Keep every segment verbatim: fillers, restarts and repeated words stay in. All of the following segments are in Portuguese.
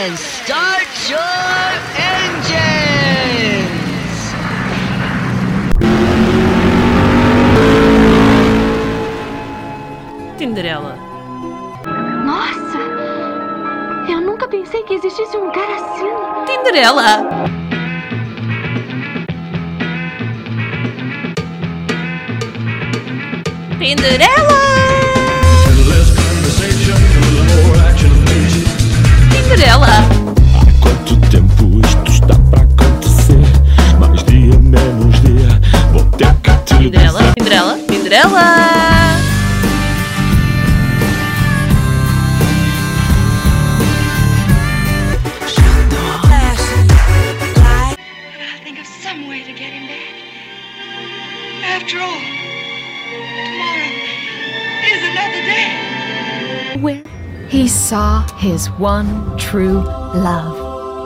and start your engines! Tinderela. Nossa! Eu nunca pensei que existisse um cara assim. Tinderela. Tinderela. Tinderela. Há quanto tempo isto está para acontecer? Mais dia, menos dia. Vou ter que te Tinderela. dizer. Tinderela. Tinderela. Think of some way to get him back. After all, tomorrow is another day. Where he saw his one true love.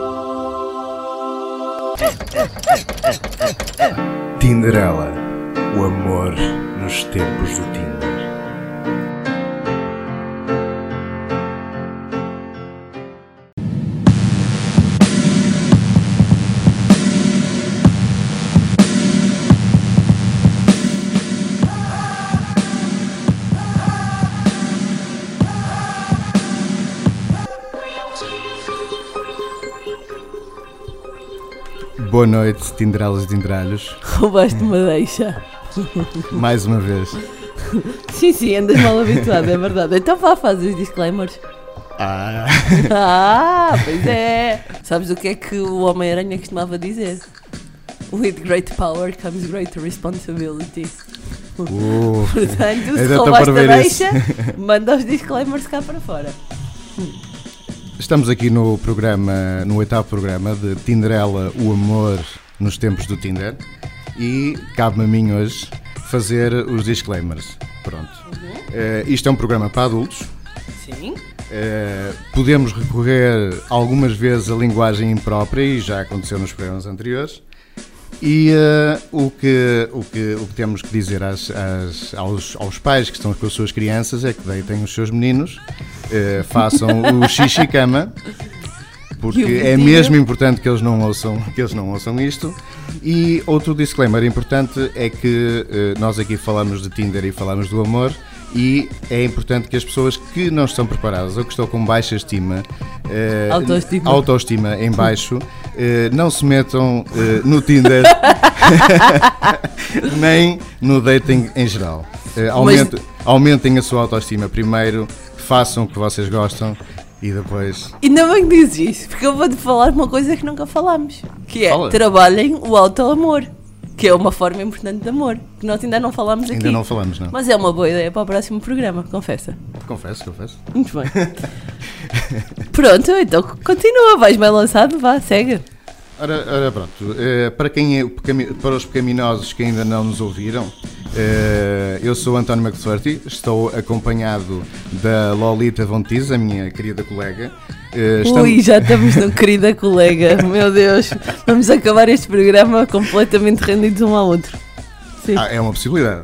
Tinderela, o amor nos tempos do Tinder. Boa noite, Tinderelas e Tinderalhos. Roubaste uma deixa. Mais uma vez. Sim, sim, andas mal habituado, é verdade. Então vá, faz os disclaimers. Ah, Ah, pois é. Sabes o que é que o Homem-Aranha costumava dizer? With great power comes great responsibility. uh, Portanto, se ainda estou roubaste para a ver isso. deixa, manda os disclaimers cá para fora. Estamos aqui no programa, no oitavo programa de Tinderela, o amor nos tempos do Tinder. E cabe-me a mim hoje fazer os disclaimers. Pronto. Uhum. Eh, isto é um programa para adultos. Sim. Uh, podemos recorrer algumas vezes à linguagem imprópria e já aconteceu nos programas anteriores. E uh, o, que, o, que, o que temos que dizer às, às, aos, aos pais que estão com as suas crianças é que deitem os seus meninos, uh, façam o xixi-cama, porque é mesmo importante que eles não ouçam, que eles não ouçam isto. E outro disclaimer importante é que uh, nós aqui falamos de Tinder e falamos do amor. E é importante que as pessoas que não estão preparadas ou que estão com baixa estima, eh, Autoestima. autoestima em baixo, eh, não se metam eh, no Tinder nem no dating em geral. Eh, aumente, Mas... Aumentem a sua autoestima primeiro, façam o que vocês gostam e depois... Ainda bem que dizes isso, porque eu vou-te falar uma coisa que nunca falámos, que é, Fala. trabalhem o auto-amor, que é uma forma importante de amor, que nós ainda não falámos aqui. Ainda não falamos, não. Mas é uma boa ideia para o próximo programa, confessa. Confesso, confesso. Muito bem. Pronto, então continua, vais bem lançado, vá, segue. Ora, ora pronto, eh, para, quem é, para os pecaminosos que ainda não nos ouviram, eh, eu sou António McFlurty, estou acompanhado da Lolita Von Teese, a minha querida colega. Eh, estamos... Ui, já estamos no querida colega, meu Deus, vamos acabar este programa completamente rendidos um ao outro. Sim. Ah, é uma possibilidade.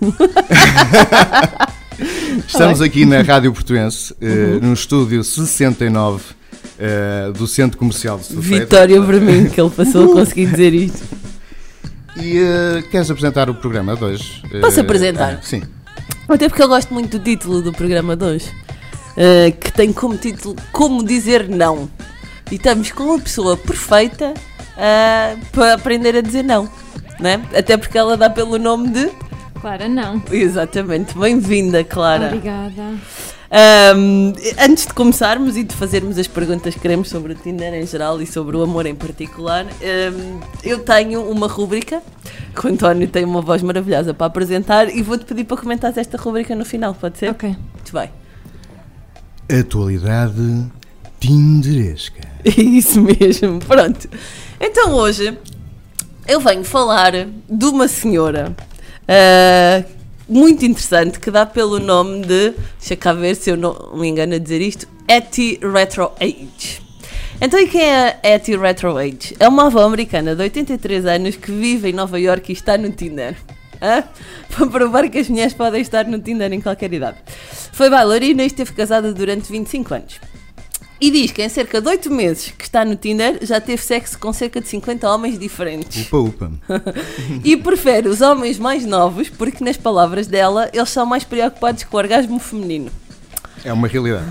Estamos aqui na Rádio Portuense, eh, Uhum. no estúdio sessenta e nove eh, do Centro Comercial de Sofeita. Vitória para mim, que ele passou a conseguir dizer isto. E eh, queres apresentar o programa de hoje? Posso Eh, apresentar? ah, sim. Até porque eu gosto muito do título do programa de hoje, uh, que tem como título Como Dizer Não. E estamos com uma pessoa perfeita uh, para aprender a dizer não, né? Até porque ela dá pelo nome de... Clara, não. Exatamente, bem-vinda, Clara. Obrigada. Um, antes de começarmos e de fazermos as perguntas que queremos sobre o Tinder em geral e sobre o amor em particular, um, eu tenho uma rúbrica que o António tem uma voz maravilhosa para apresentar e vou-te pedir para comentares esta rúbrica no final, pode ser? Ok. Muito bem. Atualidade tinderesca. Isso mesmo, pronto. Então hoje eu venho falar de uma senhora uh, muito interessante que dá pelo nome de, deixa cá ver se eu não me engano a dizer isto, Etty Retro Age. Então, e quem é a Etty Retro Age? É uma avó americana de oitenta e três anos que vive em Nova Iorque e está no Tinder. Hã? Para provar que as mulheres podem estar no Tinder em qualquer idade. Foi bailarina e esteve casada durante vinte e cinco anos. E diz que em cerca de oito meses que está no Tinder já teve sexo com cerca de cinquenta homens diferentes. Upa, upa. E prefere os homens mais novos porque, nas palavras dela, eles são mais preocupados com o orgasmo feminino. É uma realidade.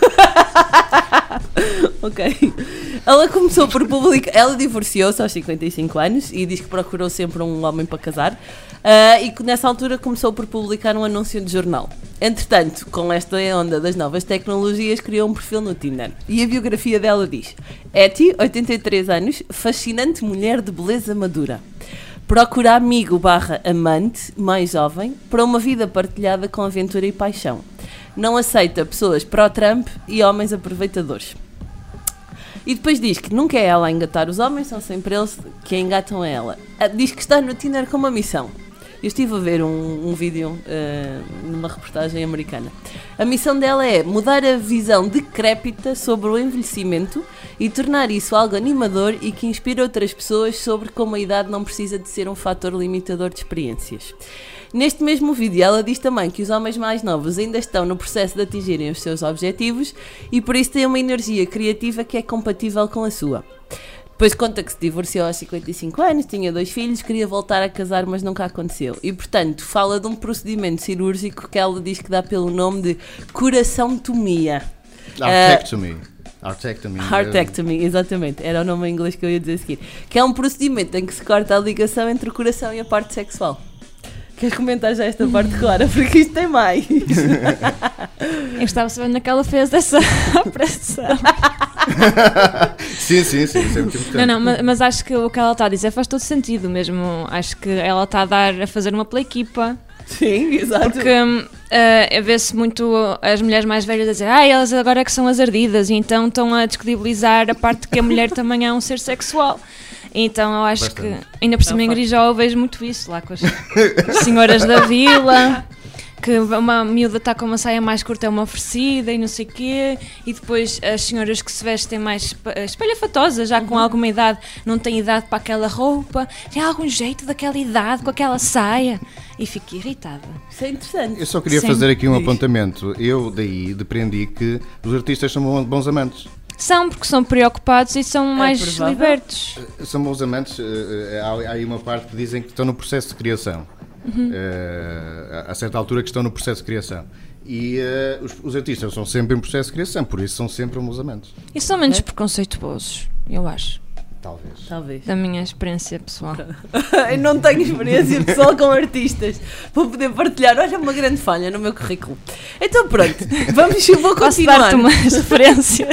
Ok. Ela começou por publicar. Ela divorciou-se aos cinquenta e cinco anos e diz que procurou sempre um homem para casar. Uh, e que nessa altura começou por publicar um anúncio de jornal. Entretanto, com esta onda das novas tecnologias, criou um perfil no Tinder. E a biografia dela diz: Eti, oitenta e três anos, fascinante mulher de beleza madura. Procura amigo barra amante, mais jovem, para uma vida partilhada com aventura e paixão. Não aceita pessoas pró-Trump e homens aproveitadores. E depois diz que nunca é ela a engatar os homens, são sempre eles que a engatam a ela. Diz que está no Tinder com uma missão. Eu estive a ver um, um vídeo uh, numa reportagem americana. A missão dela é mudar a visão decrépita sobre o envelhecimento e tornar isso algo animador e que inspire outras pessoas sobre como a idade não precisa de ser um fator limitador de experiências. Neste mesmo vídeo ela diz também que os homens mais novos ainda estão no processo de atingirem os seus objetivos e por isso têm uma energia criativa que é compatível com a sua. Depois conta que se divorciou aos cinquenta e cinco anos, tinha dois filhos, queria voltar a casar, mas nunca aconteceu. E, portanto, fala de um procedimento cirúrgico que ela diz que dá pelo nome de coração-tomia. Artectomy. Uh, Artectomy. Artectomy, exatamente. Era o nome em inglês que eu ia dizer a seguir. Que é um procedimento em que se corta a ligação entre o coração e a parte sexual. Queres comentar já esta parte, Clara? Porque isto tem mais. Eu estava sabendo que ela fez essa operação. Sim, sim, sim, isso é muito importante. Não, não, mas, mas acho que o que ela está a dizer faz todo sentido mesmo. Acho que ela está a dar, a fazer uma pela equipa. Sim, exato. Porque uh, vê-se muito as mulheres mais velhas a dizer ah, elas agora é que são as ardidas e então estão a descredibilizar a parte de que a mulher também é um ser sexual. Então eu acho Bastante. que, ainda por cima em Grijó eu vejo muito isso lá com as senhoras da vila, que uma miúda está com uma saia mais curta é uma oferecida e não sei o quê, e depois as senhoras que se vestem mais espalhafatosas, já com uhum. alguma idade, não têm idade para aquela roupa, tem algum jeito daquela idade com aquela saia, e fico irritada. Isso é interessante. Eu só queria Sim. fazer aqui um apontamento. Eu daí deprendi que os artistas são bons amantes. São, porque são preocupados e são mais é libertos. São bons amantes. Há aí uma parte que dizem que estão no processo de criação. Uhum. Uh, a certa altura que estão no processo de criação. E uh, os, os artistas são sempre em processo de criação, por isso são sempre bons amantes. E são menos é? preconceituosos, eu acho. Talvez. Talvez. Da minha experiência pessoal. Eu não tenho experiência pessoal com artistas para poder partilhar. Olha, uma grande falha no meu currículo. Então pronto, vamos, eu vou continuar. Posso dar-te umas referências?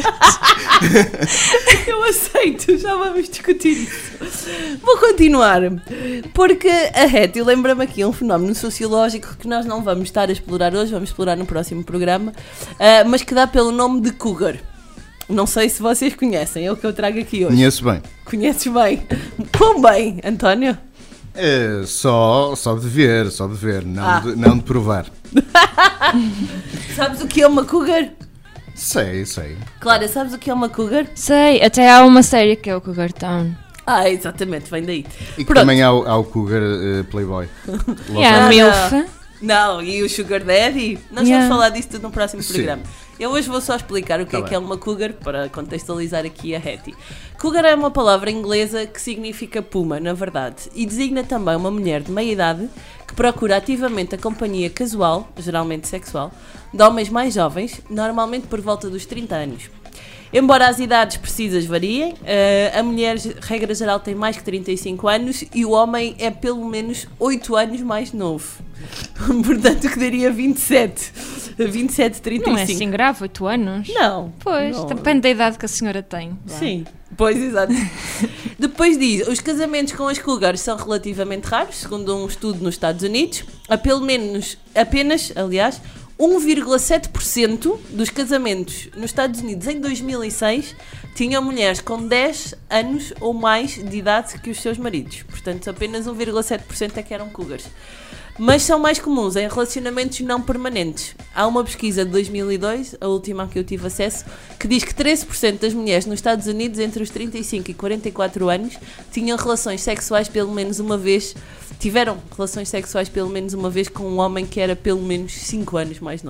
Eu aceito, já vamos discutir isso. Vou continuar, porque a Hetty lembra-me aqui um fenómeno sociológico que nós não vamos estar a explorar hoje, vamos explorar no próximo programa, uh, mas que dá pelo nome de cougar. Não sei se vocês conhecem, é o que eu trago aqui hoje. Conheço bem. Conheces bem? Quão bem, António? É, só, só de ver, só de ver, não, ah. de, não de provar. Sabes o que é uma cougar? Sei, sei. Clara, sabes o que é uma cougar? Sei, até há uma série que é o Cougar Town. Ah, exatamente, vem daí. E que Pronto. também há o, há o Cougar uh, Playboy. E há a MILF. Não, e o Sugar Daddy? Nós yeah. vamos falar disso tudo no próximo Sim. programa. Eu hoje vou só explicar o que tá é bem. que é uma cougar, para contextualizar aqui a Hetty. Cougar é uma palavra inglesa que significa puma, na verdade, e designa também uma mulher de meia idade que procura ativamente a companhia casual, geralmente sexual, de homens mais jovens, normalmente por volta dos trinta anos. Embora as idades precisas variem, a mulher, regra geral, tem mais que trinta e cinco anos e o homem é pelo menos oito anos mais novo. Portanto, que daria vinte e sete, vinte e sete, trinta e cinco. Não é assim grave, oito anos? Não. Pois, não. Depende da idade que a senhora tem. Sim, pois, exato. Depois diz, os casamentos com as cougars são relativamente raros, segundo um estudo nos Estados Unidos. A pelo menos, apenas, aliás, um vírgula sete por cento dos casamentos nos Estados Unidos em dois mil e seis tinham mulheres com dez anos ou mais de idade que os seus maridos. Portanto, apenas um vírgula sete por cento é que eram cougars. Mas são mais comuns em relacionamentos não permanentes. Há uma pesquisa de dois mil e dois, a última a que eu tive acesso, que diz que treze por cento das mulheres nos Estados Unidos entre os trinta e cinco e quarenta e quatro anos tinham relações sexuais pelo menos uma vez, tiveram relações sexuais pelo menos uma vez com um homem que era pelo menos cinco anos mais novo.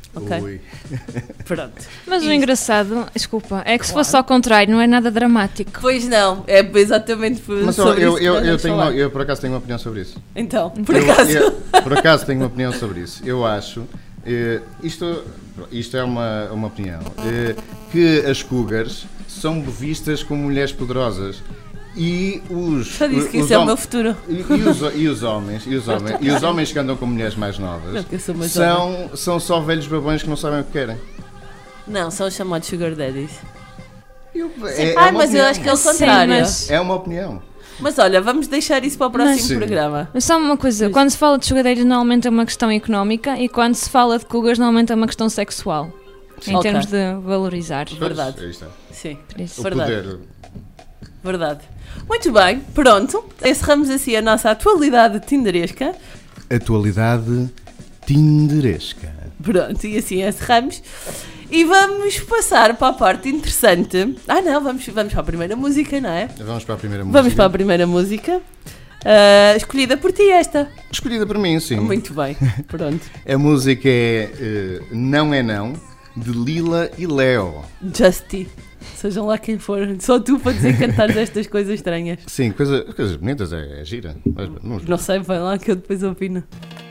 Ok? Ui. Pronto. Mas o Isto. engraçado, desculpa, é que se Claro. fosse ao contrário, não é nada dramático. Pois não, é exatamente por, Mas sobre eu, isso que eu, nós eu, vamos tenho, falar. uma- eu por acaso tenho uma opinião sobre isso. Então, por Eu- acaso. eu- por acaso tenho uma opinião sobre isso. Eu acho, eh, isto, isto é uma, uma opinião, eh, que as cougars são vistas como mulheres poderosas. E os, Já disse que os isso é o hom- meu futuro. E, e os, e os homens, e os homens, e os homens que andam com mulheres mais novas Não, que eu sou mais são, são só velhos babões que não sabem o que querem. Não, são os chamados sugar daddies. Eu- é, é ah, uma mas eu opinião. acho que é o Sim, contrário. mas... mas- É uma opinião. olha, vamos deixar isso para o próximo Sim. programa. Mas só uma coisa, quando se fala de sugadeiros normalmente é uma questão económica e quando se fala de cougars normalmente é uma questão sexual. Em Ok. termos de valorizar. Verdade. Pois, aí está. Sim, Por isso. O verdade. poder. Verdade. Muito bem, pronto. Encerramos assim a nossa atualidade tinderesca. Atualidade tinderesca. Pronto, e assim encerramos. E vamos passar para a parte interessante. Ah não, vamos, vamos para a primeira música, não é? Vamos para a primeira música. Vamos para a primeira música. Ah, escolhida por ti esta. Escolhida por mim, sim. Muito bem, pronto. A música é eh, Não é Não, de Lila e Leo. Justy. Sejam lá quem for. Só tu para dizer cantares estas coisas estranhas. Sim, coisa, coisas bonitas, é, é gira. Mas, vamos- Não sei, vai lá que eu depois opino.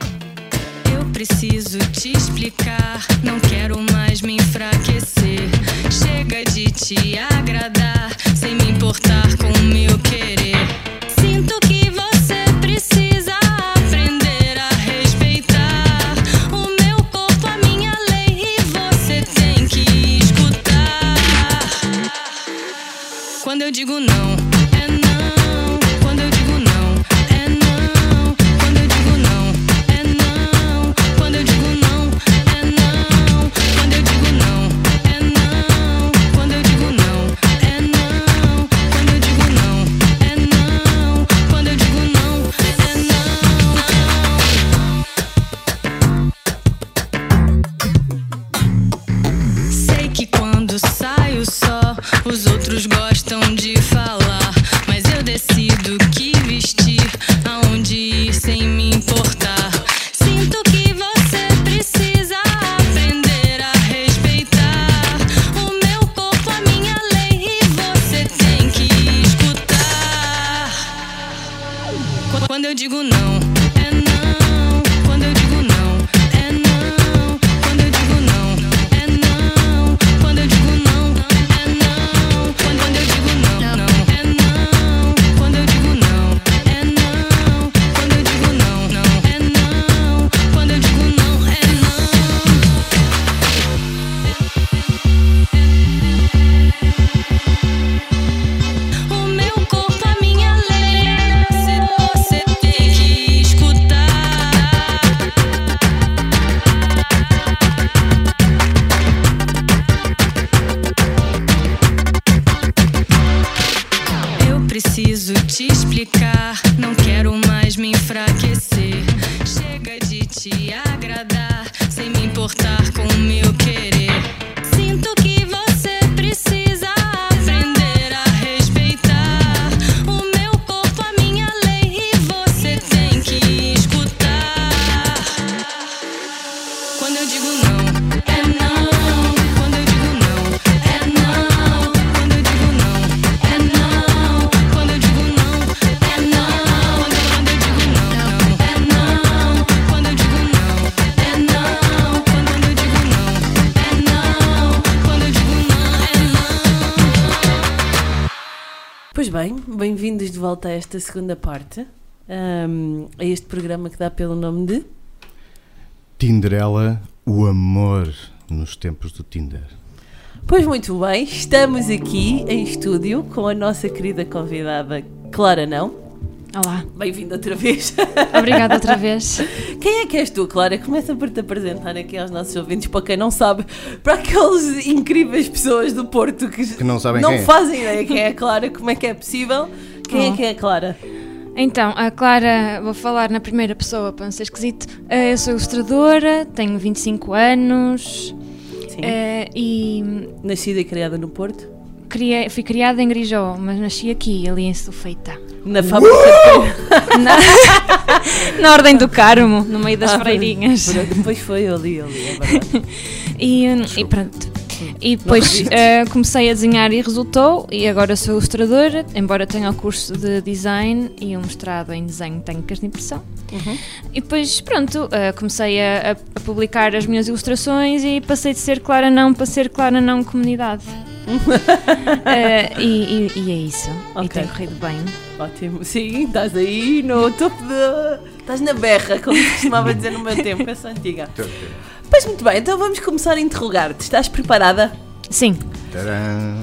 Eu preciso te explicar, não quero mais me enfraquecer. Chega de te agradar, sem me importar com o meu querer. Sinto que você precisa aprender a respeitar o meu corpo, a minha lei, e você tem que escutar. Quando eu digo não, é não. Quando eu digo não, é não. Quando eu digo não, é não. Quando eu digo não, é não. Quando eu digo não, é não. Quando eu digo não, é não. Quando eu digo não, é não. Quando eu digo não, é não. Sei que quando saio só, os outros gostam de falar, mas eu decido que vestir, aonde ir sem me importar. Sinto que você precisa aprender a respeitar o meu corpo, a minha lei, e você tem que escutar. Qu- Quando eu digo não, é não. Quando eu digo não, é não. Quando eu digo não, é não. Quando eu digo não, é não. Quando quando eu digo não, não, é não. Quando eu digo não, é não. Quando eu digo não, não, é não. Quando eu digo não, é não. O meu corpo, a minha lei, você tem que escutar. Eu preciso te explicar, não quero mais me enfraquecer. Chega de te agradar, sem me importar com o meu querer. Sinto que você precisa aprender a respeitar o meu corpo, a minha lei, e você tem que escutar. Quando eu digo não, é não. Quando eu digo não, é não. Quando eu digo não, é não. Quando eu digo não, é não. Quando eu digo não, é não. Quando eu digo não, é não. Quando eu digo não, é não. Quando eu digo não, é não. Pois bem, bem-vindos de volta a esta segunda parte. ahm, a este programa que dá pelo nome de Tinderela, o amor nos tempos do Tinder. Pois muito bem, estamos aqui em estúdio com a nossa querida convidada Clara Não. Olá, Bem-vinda outra vez. obrigada outra vez. Quem é que és tu, Clara? Começa por te apresentar aqui aos nossos ouvintes, para quem não sabe, para aquelas incríveis pessoas do Porto que, Que não sabem não quem é. fazem ideia quem é a Clara, como é que é possível. Quem é Oh. que é a Clara? Então, a Clara, vou falar na primeira pessoa para não ser esquisito. Eh, Eu sou ilustradora, tenho vinte e cinco anos Sim. eh, e Nascida e criada no Porto? criei- fui criada em Grijó, mas nasci aqui, ali em Sofeita. Na fábrica de... Na- Na Ordem do Carmo, no meio das Ah, freirinhas. Depois foi ali, ali, é verdade. E, e pronto. E depois uh, comecei a desenhar e resultou, e agora sou ilustradora, embora tenha o curso de design e um mestrado em desenho técnicas de impressão. Uhum. E depois, pronto, uh, comecei a, a publicar as minhas ilustrações e passei de ser Clara Não para ser Clara Não Comunidade. uh, e, e, e é isso. Okay. E tem corrido bem. Ótimo. Sim, estás aí no topo de... Estás na berra, como se costumava dizer no meu tempo, essa antiga. Pois muito bem, então vamos começar a interrogar-te. Estás preparada? Sim. Tcharam.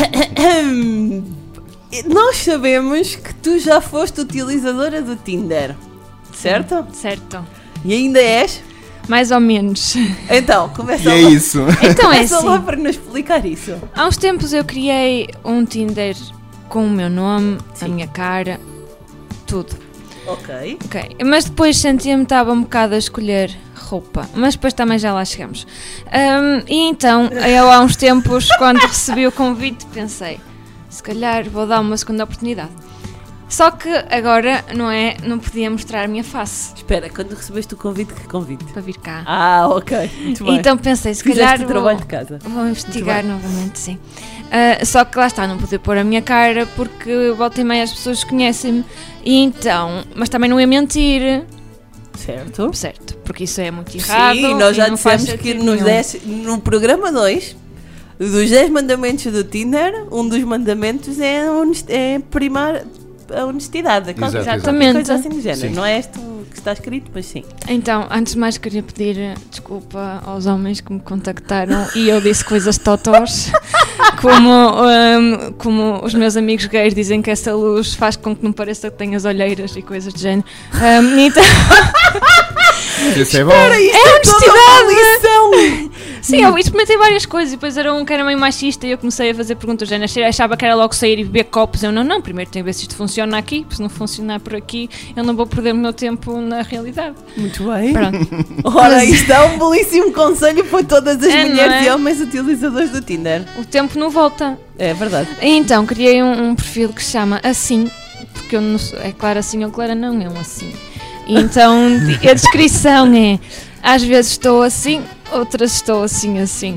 Nós sabemos que tu já foste utilizadora do Tinder, certo? Certo. E ainda és? Mais ou menos. Então, começa E é lá. isso. Então é Começa assim. lá para nos explicar isso. Há uns tempos eu criei um Tinder com o meu nome, Sim. a minha cara, tudo. Ok. Ok, mas depois sentia-me que estava um bocado a escolher roupa, mas depois também já lá chegamos. Um, e então, eu há uns tempos, quando recebi o convite, pensei, se calhar vou dar uma segunda oportunidade. Só que agora, não é, não podia mostrar a minha face Espera, quando recebeste o convite, que convite? para vir cá. Ah, ok. Muito bem. Então pensei, se Fizeste calhar o vou, trabalho de casa. vou investigar novamente, sim. Uh, só que lá está, não podia pôr a minha cara porque volta e meia as pessoas conhecem-me. E então, mas também não ia mentir, Certo. certo? Porque isso é muito errado. Sim, nós já e não faz dissemos que sentido nos nenhum. dez, no programa dois dos dez mandamentos do Tinder, um dos mandamentos é, a honest- é primar a honestidade. Exato, Qualquer exatamente. coisa assim do género. Sim. Não é este que está escrito, mas sim. Então, antes de mais queria pedir desculpa aos homens que me contactaram e eu disse coisas totós, como, um, como os meus amigos gays dizem que essa luz faz com que não pareça que tenhas olheiras e coisas do género. Um, então, Isso é bom. é honestidade! Lição! Sim, eu experimentei várias coisas e depois era um que era meio machista e eu comecei a fazer perguntas do género. Achava que era logo sair e beber copos. Eu não, não, primeiro tenho que ver se isto funciona aqui, porque se não funcionar por aqui eu não vou perder o meu tempo na realidade. Muito bem. Pronto. Ora, Mas- isto é um belíssimo conselho para todas as É, não mulheres é? e homens utilizadores do Tinder. O tempo não volta. É verdade. E então criei um, um perfil que se chama Assim, porque eu não sou, é claro assim ou clara não, é um assim. E então a descrição é: às vezes estou assim, outras estou assim assim.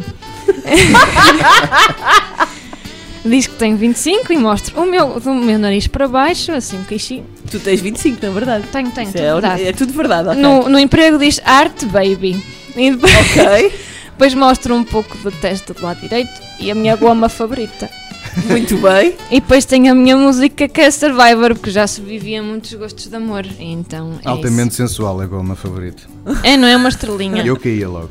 Diz que tenho vinte e cinco e mostro o meu, do meu nariz para baixo, assim um queixinho. Tu tens vinte e cinco, na verdade. Tenho, tenho, Isso tudo é, verdade. é tudo verdade, ok. No, no emprego diz Art Baby. E depois, Ok. depois mostro um pouco da testa do lado direito e a minha goma favorita. Muito bem. E depois tenho a minha música que é Survivor, porque já sobrevivia a muitos gostos de amor. E então é Altamente sensual, é a goma favorita. isso. É, não é uma estrelinha. Eu caía logo.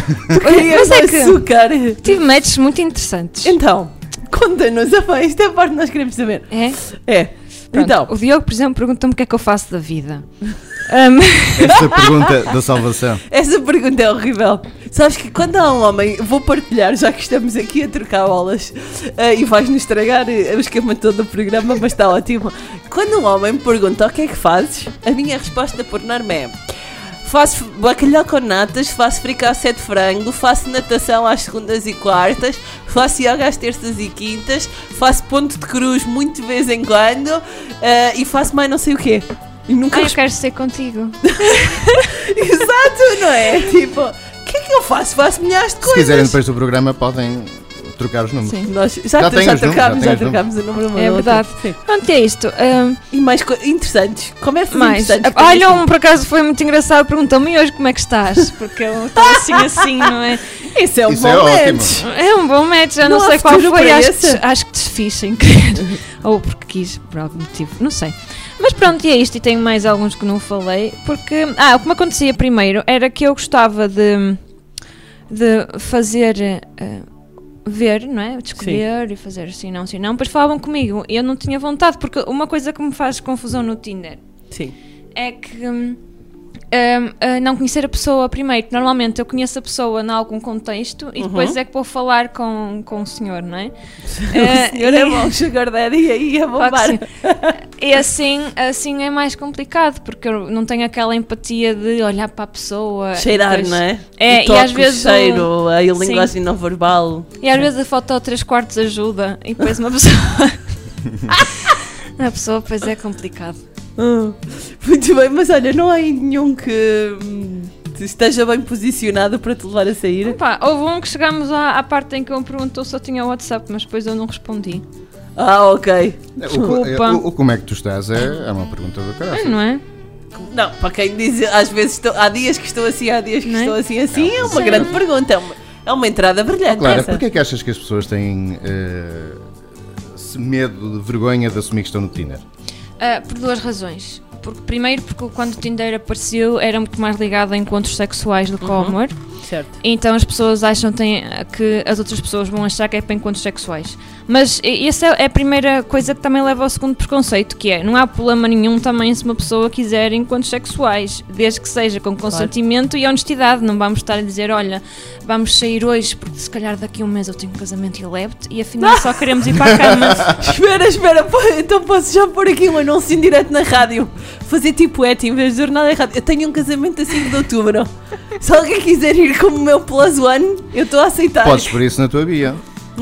Mas é que Açúcar. tive matches muito interessantes. Então, conta-nos, ah, isto é a parte que nós queremos saber. É? É. Pronto, Então, o Diogo, por exemplo, pergunta-me o que é que eu faço da vida. Um, Esta pergunta da salvação. essa pergunta é horrível. Sabes que quando há um homem, vou partilhar, já que estamos aqui a trocar bolas uh, e vais-nos estragar uh, o esquema todo do programa, mas está ótimo. Quando um homem me pergunta o que é que fazes, a minha resposta por norma é: faço bacalhau com natas, faço fricassé de frango, faço natação às segundas e quartas, faço yoga às terças e quintas, faço ponto de cruz muito de vez em quando uh, e faço mais não sei o quê. E nunca ah, eu respondo. quero ser contigo. Exato, não é? Tipo, o que é que eu faço? Faço milhares de Se coisas. quiserem depois do programa podem trocar os números. Sim. Nós já, Já já, tenho já os números, trocámos, já já tenho os trocámos o número. É do verdade. outro. Sim. Pronto, é isto. Um, E mais co- interessantes. Conversas mais. interessantes. Olha, um por acaso foi muito engraçado. Perguntou-me hoje como é que estás. Porque eu estou assim, assim, não é? Isso é um Isso bom é ótimo. match. É um bom match, já não, Não há sei qual futuro foi, para acho esse? que, acho que desfiz sem querer. Ou porque quis, por algum motivo, não sei. Mas pronto, e é isto, e tenho mais alguns que não falei, porque, ah, o que me acontecia primeiro era que eu gostava de, de fazer, uh, ver, não é, de escolher e fazer assim não, assim não, depois falavam comigo, e eu não tinha vontade, porque uma coisa que me faz confusão no Tinder Sim. é que hum, hum, uh, não conhecer a pessoa primeiro. Normalmente eu conheço a pessoa em algum contexto e Uhum. depois é que vou falar com, com o senhor, não é? O senhor é bom, sugar daddy, e aí é Claro bombar. que sim. E assim, assim é mais complicado, porque eu não tenho aquela empatia de olhar para a pessoa. Cheirar, depois- não é? É, O e toque, às vezes o cheiro, a Sim. linguagem não verbal. E às vezes a foto três quartos ajuda e depois uma pessoa... a pessoa depois é complicado. Ah, muito bem, mas olha, não há aí nenhum que hum, esteja bem posicionado para te levar a sair? Opa, houve um que chegámos à, à parte em que ele me perguntou se eu tinha WhatsApp, mas depois eu não respondi. Ah, ok. Desculpa. O, o, o como é que tu estás é, é uma pergunta do É, caralho. não é? Não, para quem diz, às vezes estou, há dias que estou assim, há dias que Não é? estou assim, assim, é uma Sim. grande pergunta, é uma, é uma entrada brilhante. Claro, essa. porquê é que achas que as pessoas têm eh, esse medo, de vergonha de assumir que estão no Tinder? Ah, por duas razões. Porque, primeiro, porque quando o Tinder apareceu era muito mais ligado a encontros sexuais do que ao Uhum. amor. Certo. Então as pessoas acham tem- que as outras pessoas vão achar que é para encontros sexuais. Mas e- essa é a primeira coisa que também leva ao segundo preconceito, que é, não há problema nenhum também se uma pessoa quiser encontros sexuais, desde que seja com consentimento e honestidade. Não vamos estar a dizer, olha, vamos sair hoje porque se calhar daqui a um mês eu tenho um casamento e levo-te e afinal só queremos ir para a cama. Espera, espera, pô, então posso já pôr aqui um anúncio em direto na rádio. Fazer tipo et em vez de jornal em rádio. Eu tenho um casamento a cinco de outubro. Se alguém quiser ir como o meu plus one, eu estou a aceitar. Podes por isso na tua bio.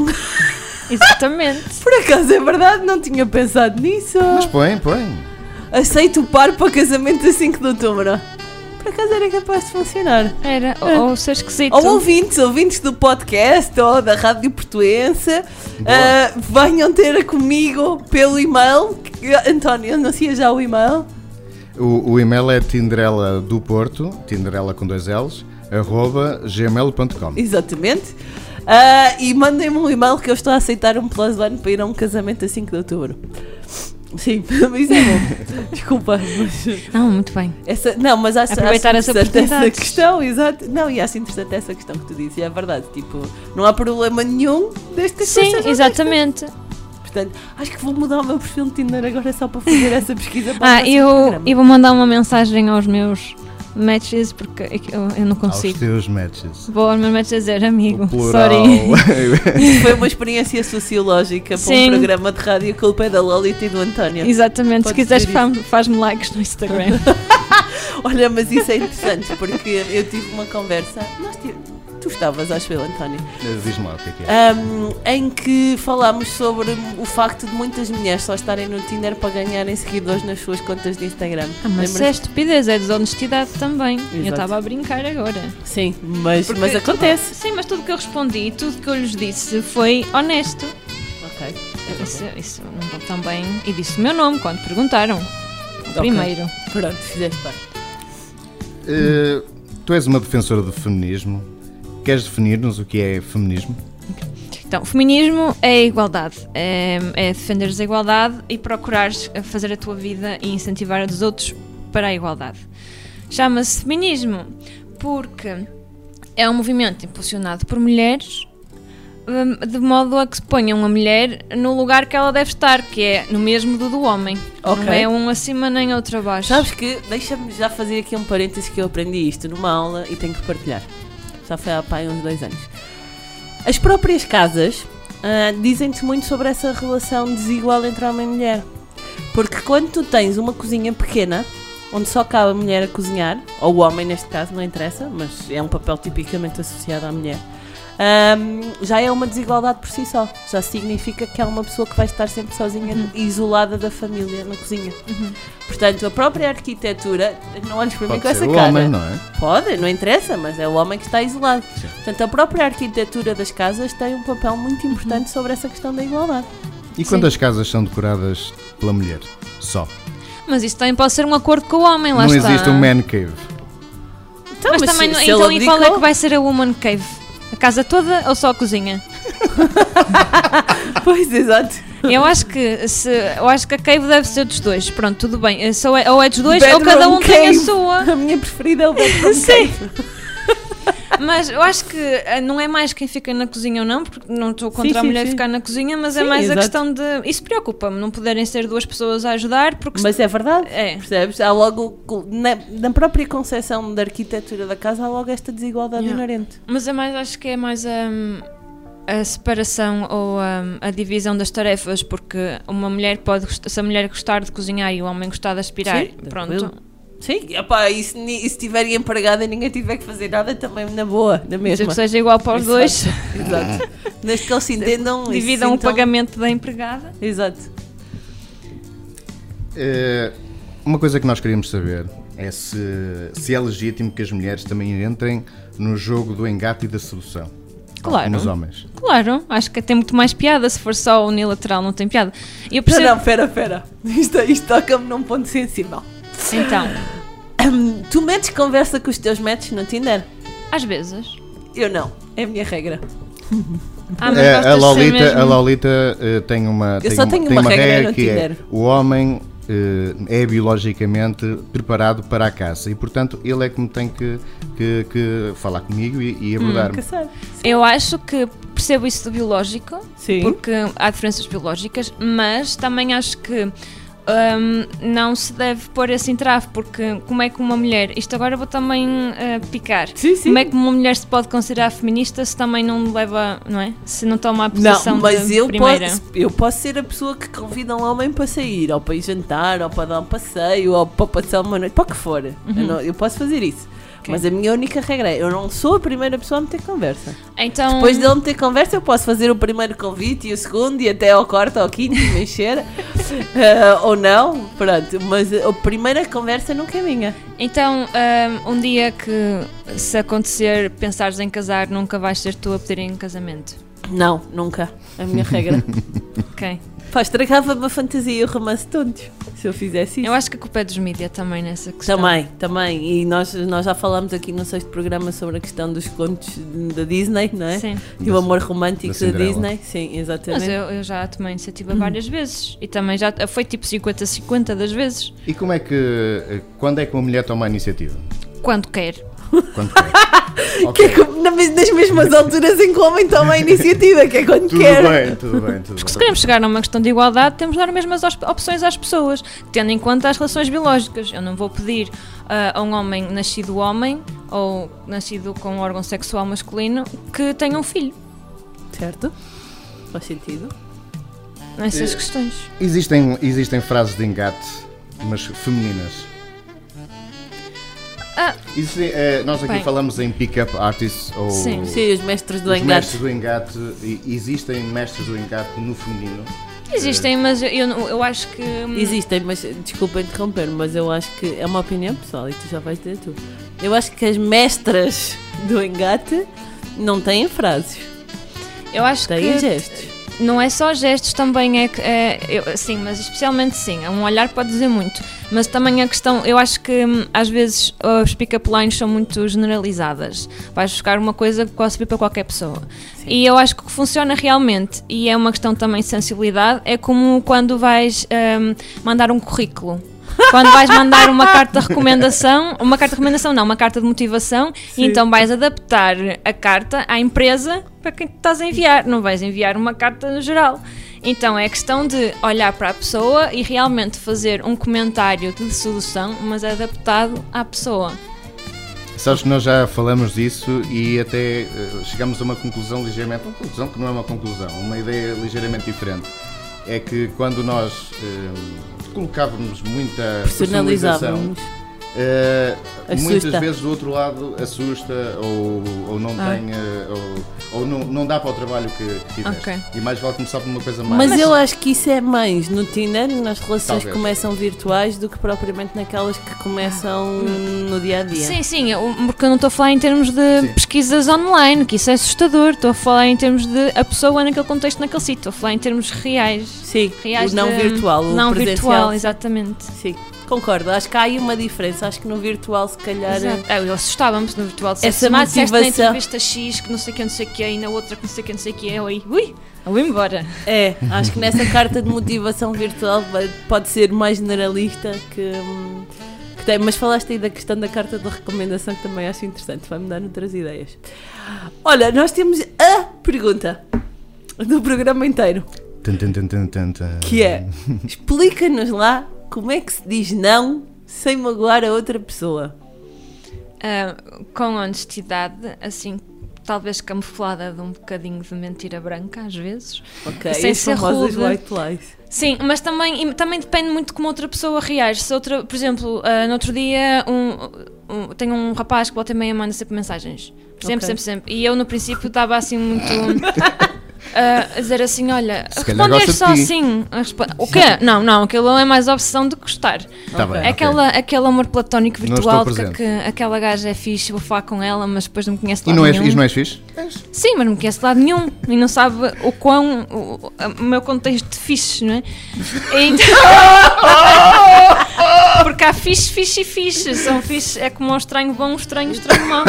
Exatamente. Por acaso é verdade, não tinha pensado nisso. Mas põe, põe. Aceito o par para casamento a cinco de outubro. Por acaso era capaz de funcionar. Era, ou, ou ser esquisito. Ou ouvintes, ouvintes do podcast ou da Rádio Portuense, uh, venham ter comigo pelo e-mail. António, anuncia já o e-mail. O, o e-mail é tinderela do Porto, tinderela com dois L's, arroba gmail ponto com. Exatamente. Uh, e mandem-me um e-mail que eu estou a aceitar um plus one para ir a um casamento a cinco de outubro. Sim, isso é bom. Desculpa, mas... Não, muito bem. Essa, não, mas acho, Aproveitar acho essa interessante essa oportunidade. questão, exato. Não, e acho interessante essa questão que tu dizes, e é verdade. Tipo, não há problema nenhum desde que as Sim, pessoas sejam exatamente. honestas. Portanto, acho que vou mudar o meu perfil de Tinder agora só para fazer essa pesquisa para o Ah, próximo eu, programa. eu vou mandar uma mensagem aos meus matches porque é que eu, eu não Aos consigo. teus matches. Vou aos meus matches dizer amigo, O plural. sorry. Isto foi uma experiência sociológica para Sim. um programa de rádio com o pé da Lolita e do António. Exatamente, se Podes quiseres dizer faz- faz-me likes no Instagram. Olha, mas isso é interessante porque eu tive uma conversa. Nós tive, tu estavas, acho eu, António. Diz-me lá o que é que é. Um, em que falámos sobre o facto de muitas mulheres só estarem no Tinder para ganharem seguidores nas suas contas de Instagram. Ah, mas Lembras? é estupidez, é desonestidade também. Eu Exato. estava a brincar agora. Sim, mas, Porque mas tudo- acontece. sim, mas tudo que eu respondi, tudo que eu lhes disse foi honesto. Ok. Isso, isso não vou também. E disse o meu nome quando perguntaram. O primeiro. Pronto, fizeste bem. Uh, tu és uma defensora do feminismo. Queres definir-nos o que é feminismo? Então, feminismo é a igualdade. É, é defenderes a igualdade e procurares fazer a tua vida e incentivar a dos outros para a igualdade. Chama-se feminismo porque é um movimento impulsionado por mulheres hum, de modo a que se ponham a mulher no lugar que ela deve estar, que é no mesmo do do homem. Ok. Não é um acima nem outro abaixo. Sabes que, deixa-me já fazer aqui um parênteses que eu aprendi isto numa aula e tenho que partilhar. Já foi há pai, uns dois anos. As próprias casas ah, dizem-te muito sobre essa relação desigual entre homem e mulher. Porque quando tu tens uma cozinha pequena, onde só cabe a mulher a cozinhar, ou o homem neste caso, não interessa, mas é um papel tipicamente associado à mulher, ahm, já é uma desigualdade por si só. Já significa que há uma pessoa que vai estar sempre sozinha, isolada da família na cozinha. Portanto, a própria arquitetura, não olhes para mim Pode com ser essa o cara. homem, não é? Pode, não interessa, mas é o homem que está isolado. Sim. Portanto, a própria arquitetura das casas tem um papel muito importante sobre essa questão da igualdade. E quando as casas são decoradas pela mulher? Só. Mas isso também pode ser um acordo com o homem, lá não está. existe um man cave. Então, Mas, mas também, se- não- se então, ele e qual é abdicou- que vai ser a woman cave? A casa toda ou só a cozinha? Pois, exato. Eu acho que se, eu acho que a cave deve ser dos dois. Pronto, tudo bem. É só é- ou é dos dois ou cada Bedroom um tem a cave. sua. A minha preferida é o bedroom Sim. cave. Mas eu acho que eh, não é mais quem fica na cozinha ou não, porque não estou contra Sim, a sim, mulher sim. ficar na cozinha, mas é Sim, mais exato. a questão de. Isso preocupa-me, não poderem ser duas pessoas a ajudar, porque. Mas é verdade, É. percebes? Há logo, na, na própria concepção da arquitetura da casa, há logo esta desigualdade Yeah. inerente. Mas é mais, acho que é mais hum, a separação ou hum, a divisão das tarefas, porque uma mulher pode, gost- se a mulher gostar de cozinhar e o homem gostar de aspirar, Sim, pronto. tranquilo. Sim, epá, e se, ni- e se estiverem empregada e ninguém tiver que fazer nada, também na boa, na Mesmo mesma. que seja igual para os dois, Exato. Desde que eles se entendam e se dividam o sintam- pagamento da empregada. Exato. Eh, uma coisa que nós queríamos saber é se, se é legítimo que as mulheres também entrem no jogo do engate e da sedução. Claro. Nos homens. Claro, acho que tem muito mais piada. Se for só unilateral, não tem piada. E eu Não, percebo... não, pera, pera. Isto, isto toca-me num ponto sensível. Então, Hum, tu metes conversa com os teus matches no Tinder? às vezes. Eu não. É a minha regra. Ah, mas É, gostas a, de ser Lolita, mesmo- a Lolita eh, tem uma, Eu tem só uma, tenho tem uma uma regra regra no que é Tinder. o homem eh, é biologicamente preparado para a caça e, portanto, ele é que me tem que, que, que falar comigo e, e abordar-me. Nunca sabe. Eu acho que percebo isso do biológico, Sim. porque há diferenças biológicas, mas também acho que hum, não se deve pôr esse entrave, porque como é que uma mulher, isto agora vou também uh, picar, Sim, sim. como é que uma mulher se pode considerar feminista se também não leva, não é? Se não toma a posição Não, mas de eu primeira. posso, eu posso ser a pessoa que convida um homem para sair, ou para ir jantar, ou para dar um passeio, ou para passar uma noite, para o que for. Eu, não- eu posso fazer isso. Ok. Mas a minha única regra é, eu não sou a primeira pessoa a meter conversa. Então, Depois dele meter conversa, eu posso fazer o primeiro convite e o segundo, e até ao quarto ou ao quinto, e me encher. Eh, ou não, pronto. Mas a primeira conversa nunca é minha. então hum, um dia que se acontecer pensares em casar, nunca vais ser tu a pedir em casamento. Não, nunca. É a minha regra. Ok. Pá, estragava-me a fantasia e o romance todos, se eu fizesse isso. Eu acho que a culpa é dos mídias também nessa questão. Também, também. E nós, nós já falámos aqui no sexto programa sobre a questão dos contos da Disney, não é? Sim. E o amor romântico Da da, Cinderela. Disney. Sim, exatamente. Mas eu, eu já tomei iniciativa várias vezes e também já foi tipo cinquenta a cinquenta das vezes, E como é que, eh, quando é que uma mulher toma a iniciativa? quando quer. Quando quer. Que Ok. é como na mes- nas mesmas alturas em que o homem toma a iniciativa, que é quando Tudo quer. bem, tudo bem, tudo Se bem. queremos chegar a uma questão de igualdade, temos de dar as mesmas os- opções às pessoas, tendo em conta as relações biológicas. Eu não vou pedir ah, a um homem nascido homem ou nascido com um órgão sexual masculino que tenha um filho. Certo? Faz sentido. Nessas Eh, questões. Existem, existem frases de engate, mas femininas. Ah, Existem, eh, nós aqui Bem. falamos em pick-up artists ou Sim. Sim, os mestres do os engate. mestres do engate. E existem mestres do engate no feminino. existem, mas eu, não- eu acho que. hum, Existem, mas desculpa interromper, mas eu acho que é uma opinião pessoal e tu já vais ter tu. Eu acho que as mestras do engate não têm frases, Eu acho têm que. gestos. Não é só gestos, também é que. É, eu- sim, mas especialmente sim. Um olhar pode dizer muito. Mas também a questão. Eu acho que hum, às vezes os pick-up lines são muito generalizadas. Vais buscar uma coisa que pode servir para qualquer pessoa. E eu acho que o que funciona realmente, e é uma questão também de sensibilidade, é como quando vais hum, mandar um currículo. Quando vais mandar uma carta de recomendação, uma carta de recomendação não, uma carta de motivação, e então vais adaptar a carta à empresa para quem te estás a enviar, não vais enviar uma carta no geral. Então é questão de olhar para a pessoa e realmente fazer um comentário de solução, mas adaptado à pessoa. Sabes que nós já falamos disso e até eh, chegamos a uma conclusão ligeiramente, uma conclusão que não é uma conclusão, uma ideia ligeiramente diferente. É que quando nós eh, colocávamos muita personalização, Personalizávamos. eh, Assusta. muitas vezes do outro lado assusta ou, ou não Ah. tem eh, ou, ou não, não dá para o trabalho que, que tiveste. Ok. E mais vale começar por uma coisa mais. Mas eu acho que isso é mais no Tinder, nas relações Talvez. que começam virtuais, do que propriamente naquelas que começam no dia a dia. Sim, sim, eu- porque eu não estou a falar em termos de Sim. pesquisas online, que isso é assustador. Estou a falar em termos de a pessoa naquele contexto, naquele sítio. Estou a falar em termos reais. Sim, reais o não de- virtual, o Não presencial. virtual, exatamente. Sim, concordo. Acho que há aí uma diferença. Acho que no virtual, se calhar. Exato. Ah, eu assustava-me no virtual. Se Essa Essa disseste na motivação- entrevista X que não sei o que, não sei o que, e na outra que não sei o que, não sei o que, eu aí, ui, eu vou embora. É, acho que nessa carta de motivação virtual vai- pode ser mais generalista que, hum, que tem. Mas falaste aí da questão da carta de recomendação, que também acho interessante, vai-me dar outras ideias. Olha, nós temos a pergunta do programa inteiro, Tum, tum, tum, tum, tum, tum. que é: explica-nos lá como é que se diz não sem magoar a outra pessoa. Ah, com honestidade, assim, talvez camuflada de um bocadinho de mentira branca, às vezes. Ok, Sem as ser famosas rude. white lies. Sim, mas também, e também depende muito de como outra pessoa reage. Se outra, por exemplo, ah, no outro dia um, um, tenho um rapaz que volta e meia manda sempre mensagens. Sempre, Ok. sempre, sempre. E eu no princípio estava assim muito. Uh, a dizer assim, olha, Se calhar responder gosta só de ti. assim. a respo- O quê? Não, não, aquilo é mais obsessão do que gostar. Tá bem, É aquela, ok. aquele amor platónico Não virtual estou de que, presente. que aquela gaja é fixe, vou falar com ela, mas depois não me conhece de E lado não, és, nenhum. e não és fixe? Sim, mas não me conhece de lado nenhum e não sabe o quão o, o meu contexto de fixe, não é? Então... Porque há fixe, fixe e fixe. São fixe, é como um estranho bom, um estranho, estranho mau.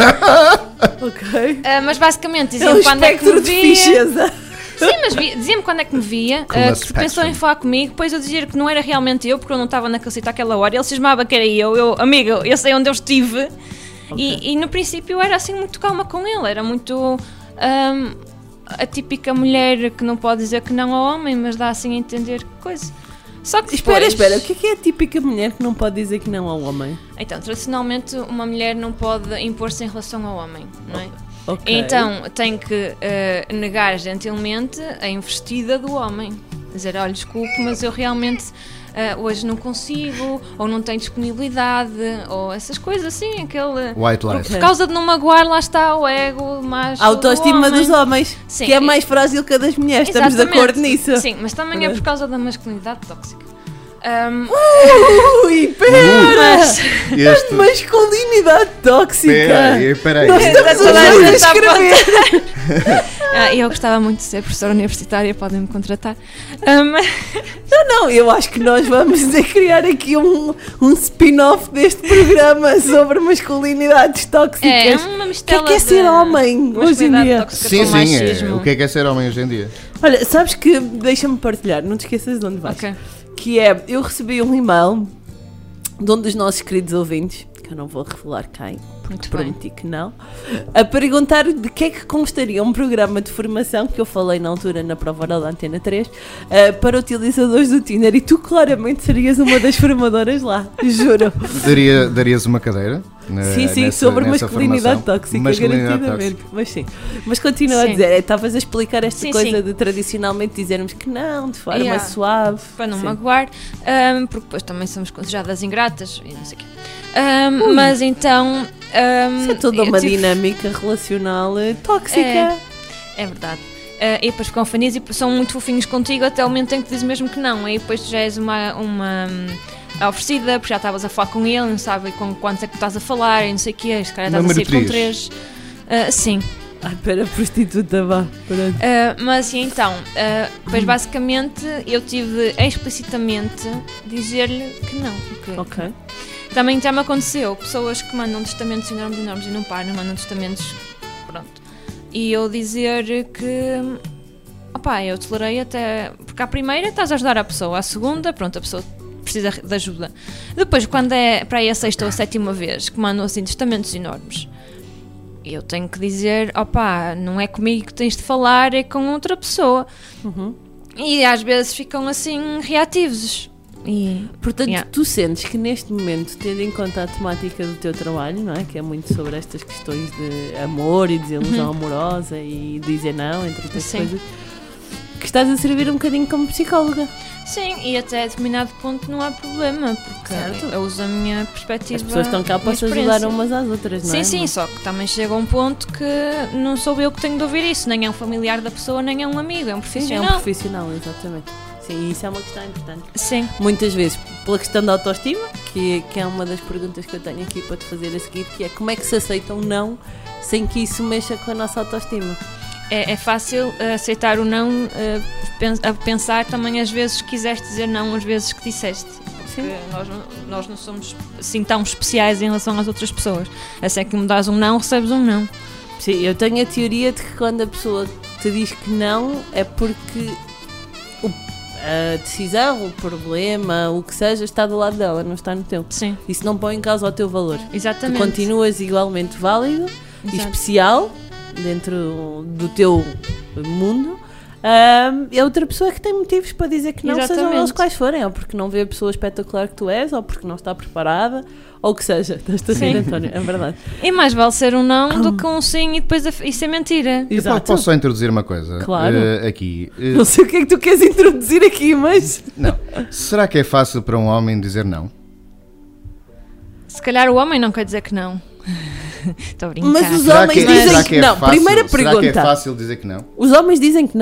Ok. Ah, mas basicamente É um diziam-me quando é que me espectro de via. ficheza. Sim, mas vi- dizia-me quando é que me via, Como ah, a que pensou spectrum. em falar comigo, depois eu dizia que não era realmente eu, porque eu não estava na casita àquela hora. Ele cismava que era eu, eu, amiga, eu sei onde eu estive. E, e no princípio eu era assim muito calma com ele, era muito ahm, a típica mulher que não pode dizer que não ao homem, mas dá assim a entender coisa. Só que Espera, depois- espera, o que é, que é a típica mulher que não pode dizer que não ao homem? Então, tradicionalmente uma mulher não pode impor-se em relação ao homem, não é? Ok. Então tem que eh, negar gentilmente a investida do homem. Dizer, olha, desculpe, mas eu realmente eh, hoje não consigo, ou não tenho disponibilidade, ou essas coisas assim, aquele... White lies. Por causa de não magoar, lá está o ego, mas A autoestima dos homens, Sim, que é e- mais frágil que a das mulheres, estamos de Exatamente. acordo nisso. Sim, mas também é por causa da masculinidade tóxica. Ahm, Ui, pera! mas... Este... Masculinidade tóxica! Espera aí, espera aí. Nós estamos Toda a a gente está a escrever. Ah, eu gostava muito de ser professora universitária, podem-me contratar. Ahm, Não, não, eu acho que nós vamos criar aqui um, um spin-off deste programa sobre masculinidades tóxicas. é uma O que é mistela que é ser de homem hoje em masculinidade dia? tóxica Sim, com sim. machismo. É. O que é que é ser homem hoje em dia? Olha, sabes que, deixa-me partilhar, não te esqueças de onde vais. Ok. Que é, eu recebi um e-mail de um dos nossos queridos ouvintes, que eu não vou revelar quem, Muito bem. prometi que não, a perguntar de que é que constaria um programa de formação que eu falei na altura na prova oral da Antena três uh, para utilizadores do Tinder, e tu claramente serias uma das formadoras lá, juro. Daria, darias uma cadeira? Na, Sim, sim, nessa- sobre nessa masculinidade formação? tóxica, Masculinidade garantidamente. tóxica. Mas sim, mas continua a Sim. dizer, é, estavas a explicar esta Sim, coisa sim. de tradicionalmente dizermos que não, de forma Yeah. suave. Para não Sim. magoar, ahm, porque depois também somos consideradas ingratas e não sei o quê. Ahm, mas então. ahm, Isso é toda eu uma tive- dinâmica relacional eh, tóxica. É, é verdade. Ah, e depois ficam fanis e são muito fofinhos contigo até o momento em que dizes mesmo que não. Aí depois tu já és uma, uma hum, oferecida, porque já estavas a falar com ele, não sabe com quantos é que tu estás a falar e não sei o quê. Se calhar estás a sair com meretriz. três. Ah, sim. Ai, pera, prostituta, vá. Pronto. Ah, mas e então, ah, pois basicamente eu tive de explicitamente dizer-lhe que não. que- Ok. Também já me aconteceu, pessoas que mandam testamentos enormes, enormes e não param, mandam testamentos, pronto. E eu dizer que, opá, eu tolerei até, porque à primeira estás a ajudar a pessoa, à segunda, pronto, a pessoa precisa de ajuda. Depois, quando é para aí a sexta ou a sétima vez que mandam assim testamentos enormes, eu tenho que dizer, opá, não é comigo que tens de falar, é com outra pessoa. Uhum. E às vezes ficam assim reativos. E, Portanto, yeah. tu sentes que neste momento, tendo em conta a temática do teu trabalho, não é? Que é muito sobre estas questões de amor e desilusão amorosa e dizer não, entre outras Sim. coisas, que estás a servir um bocadinho como psicóloga. Sim, e até a determinado ponto não há problema, porque Certo. eu uso a minha perspectiva. As pessoas estão cá para minha se ajudar experiência. umas às outras, não Sim, é? sim, só que também chega a um ponto que não sou eu que tenho de ouvir isso, nem é um familiar da pessoa, nem é um amigo, é um Sim, é profissional. um profissional, exatamente. Sim, isso é uma questão importante. Sim, Muitas vezes, pela questão da autoestima, que, que é uma das perguntas que eu tenho aqui para te fazer a seguir, que é como é que se aceita um não sem que isso mexa com a nossa autoestima? é, é fácil eh, aceitar o não, eh, pen- a pensar também às vezes que quiseste dizer não, às vezes que disseste. Porque nós, não- nós não somos assim tão especiais em relação às outras pessoas. Assim é que me dás um não, recebes um não. Sim, eu tenho a teoria de que quando a pessoa te diz que não, é porque o- a decisão, o problema, o que seja, está do lado dela, não está no teu. Sim, Isso não põe em causa o teu valor. exatamente. Tu continuas igualmente válido e Exato. especial dentro do teu mundo. Ahm, é outra pessoa que tem motivos para dizer que não, sejam Exatamente. eles quais forem, ou porque não vê a pessoa espetacular que tu és, ou porque não está preparada, ou o que seja. Estás-te a rir, Sim. António, é verdade. E mais vale ser um não do que um sim e depois a- isso é mentira. Eu Exato. posso só introduzir uma coisa? Claro. eh, aqui. Eh, Não sei o que é que tu queres introduzir aqui, mas. não. Será que é fácil para um homem dizer não? Se calhar o homem não quer dizer que não. Estou a brincar. Mas os Será homens que, dizem será que que é não. fácil, Primeira será que é pergunta. fácil dizer que não? Os homens dizem que não?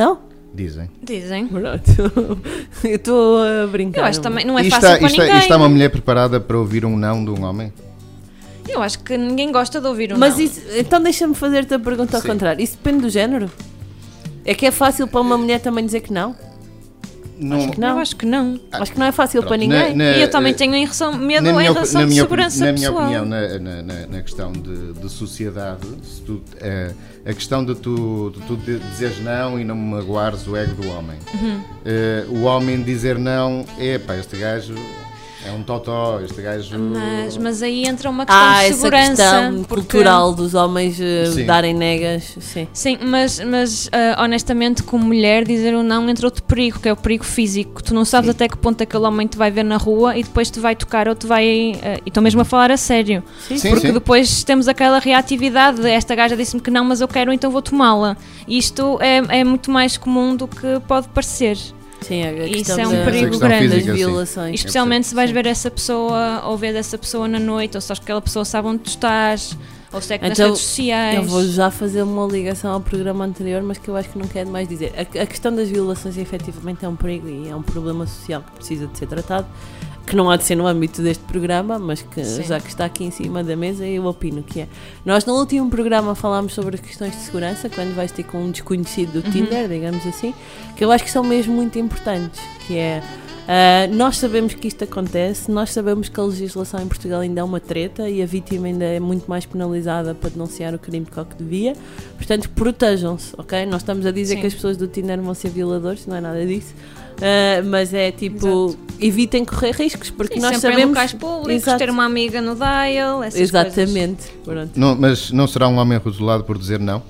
Dizem. Dizem. Pronto. Eu estou a brincar. Eu acho que também não é E fácil está, para e está, ninguém. e está uma mulher preparada para ouvir um não de um homem? Eu acho que ninguém gosta de ouvir um Mas não. isso, então deixa-me fazer-te a pergunta ao Sim. contrário. Isso depende do género? É que é fácil para uma mulher também dizer que não? Não, Acho que não. Eu acho que não. Acho que não é fácil para Pronto, ninguém. na- na- E eu também tenho em relação, medo na em minha, op- relação na de minha, opini- segurança na minha pessoal. opinião, na, na, na- na questão de, de sociedade, se tu, eh, a questão de tu, de tu de- dizeres não e não magoares o ego do homem. Uhum. Eh, o homem dizer não, epá, este gajo é um totó, este gajo... Mas, mas aí entra uma questão Ah, de essa segurança. questão porque- cultural dos homens eh, Sim. darem negas. Sim. Sim, mas, mas ah, honestamente, como mulher, dizer um não entra outro perigo, que é o perigo físico. Tu não sabes até que ponto aquele homem te vai ver na rua e depois te vai tocar ou te vai. ah, e estou mesmo a falar a sério. Sim, Porque sim. depois temos aquela reatividade. Esta gaja disse-me que não, mas eu quero, então vou tomá-la. E isto é, é muito mais comum do que pode parecer. Sim, a Isso questão é um da- perigo das grande. física, sim. violações. Especialmente se vais Sim. ver essa pessoa ou ver essa pessoa na noite, ou se acho que aquela pessoa sabe onde tu estás, ou se é que nas Então, redes sociais. Eu vou já fazer uma ligação ao programa anterior, mas que eu acho que não quero mais dizer. A, a questão das violações efetivamente é um perigo e é um problema social que precisa de ser tratado, que não há de ser no âmbito deste programa, mas que Sim. já que está aqui em cima da mesa, eu opino que é. Nós no último programa falámos sobre as questões de segurança, quando vais ter com um desconhecido do Uhum. Tinder, digamos assim, que eu acho que são mesmo muito importantes, que é... ah, nós sabemos que isto acontece, nós sabemos que a legislação em Portugal ainda é uma treta e a vítima ainda é muito mais penalizada para denunciar o crime do que devia, portanto protejam-se, ok? Nós estamos a dizer Sim. que as pessoas do Tinder vão ser violadores, não é nada disso, ah, mas é tipo, Exato. evitem correr riscos, porque Sim, nós sempre em sabemos... locais públicos, Exato. ter uma amiga no dial, essas coisas. Exatamente, pronto. Não, mas não será um homem rotulado por dizer não?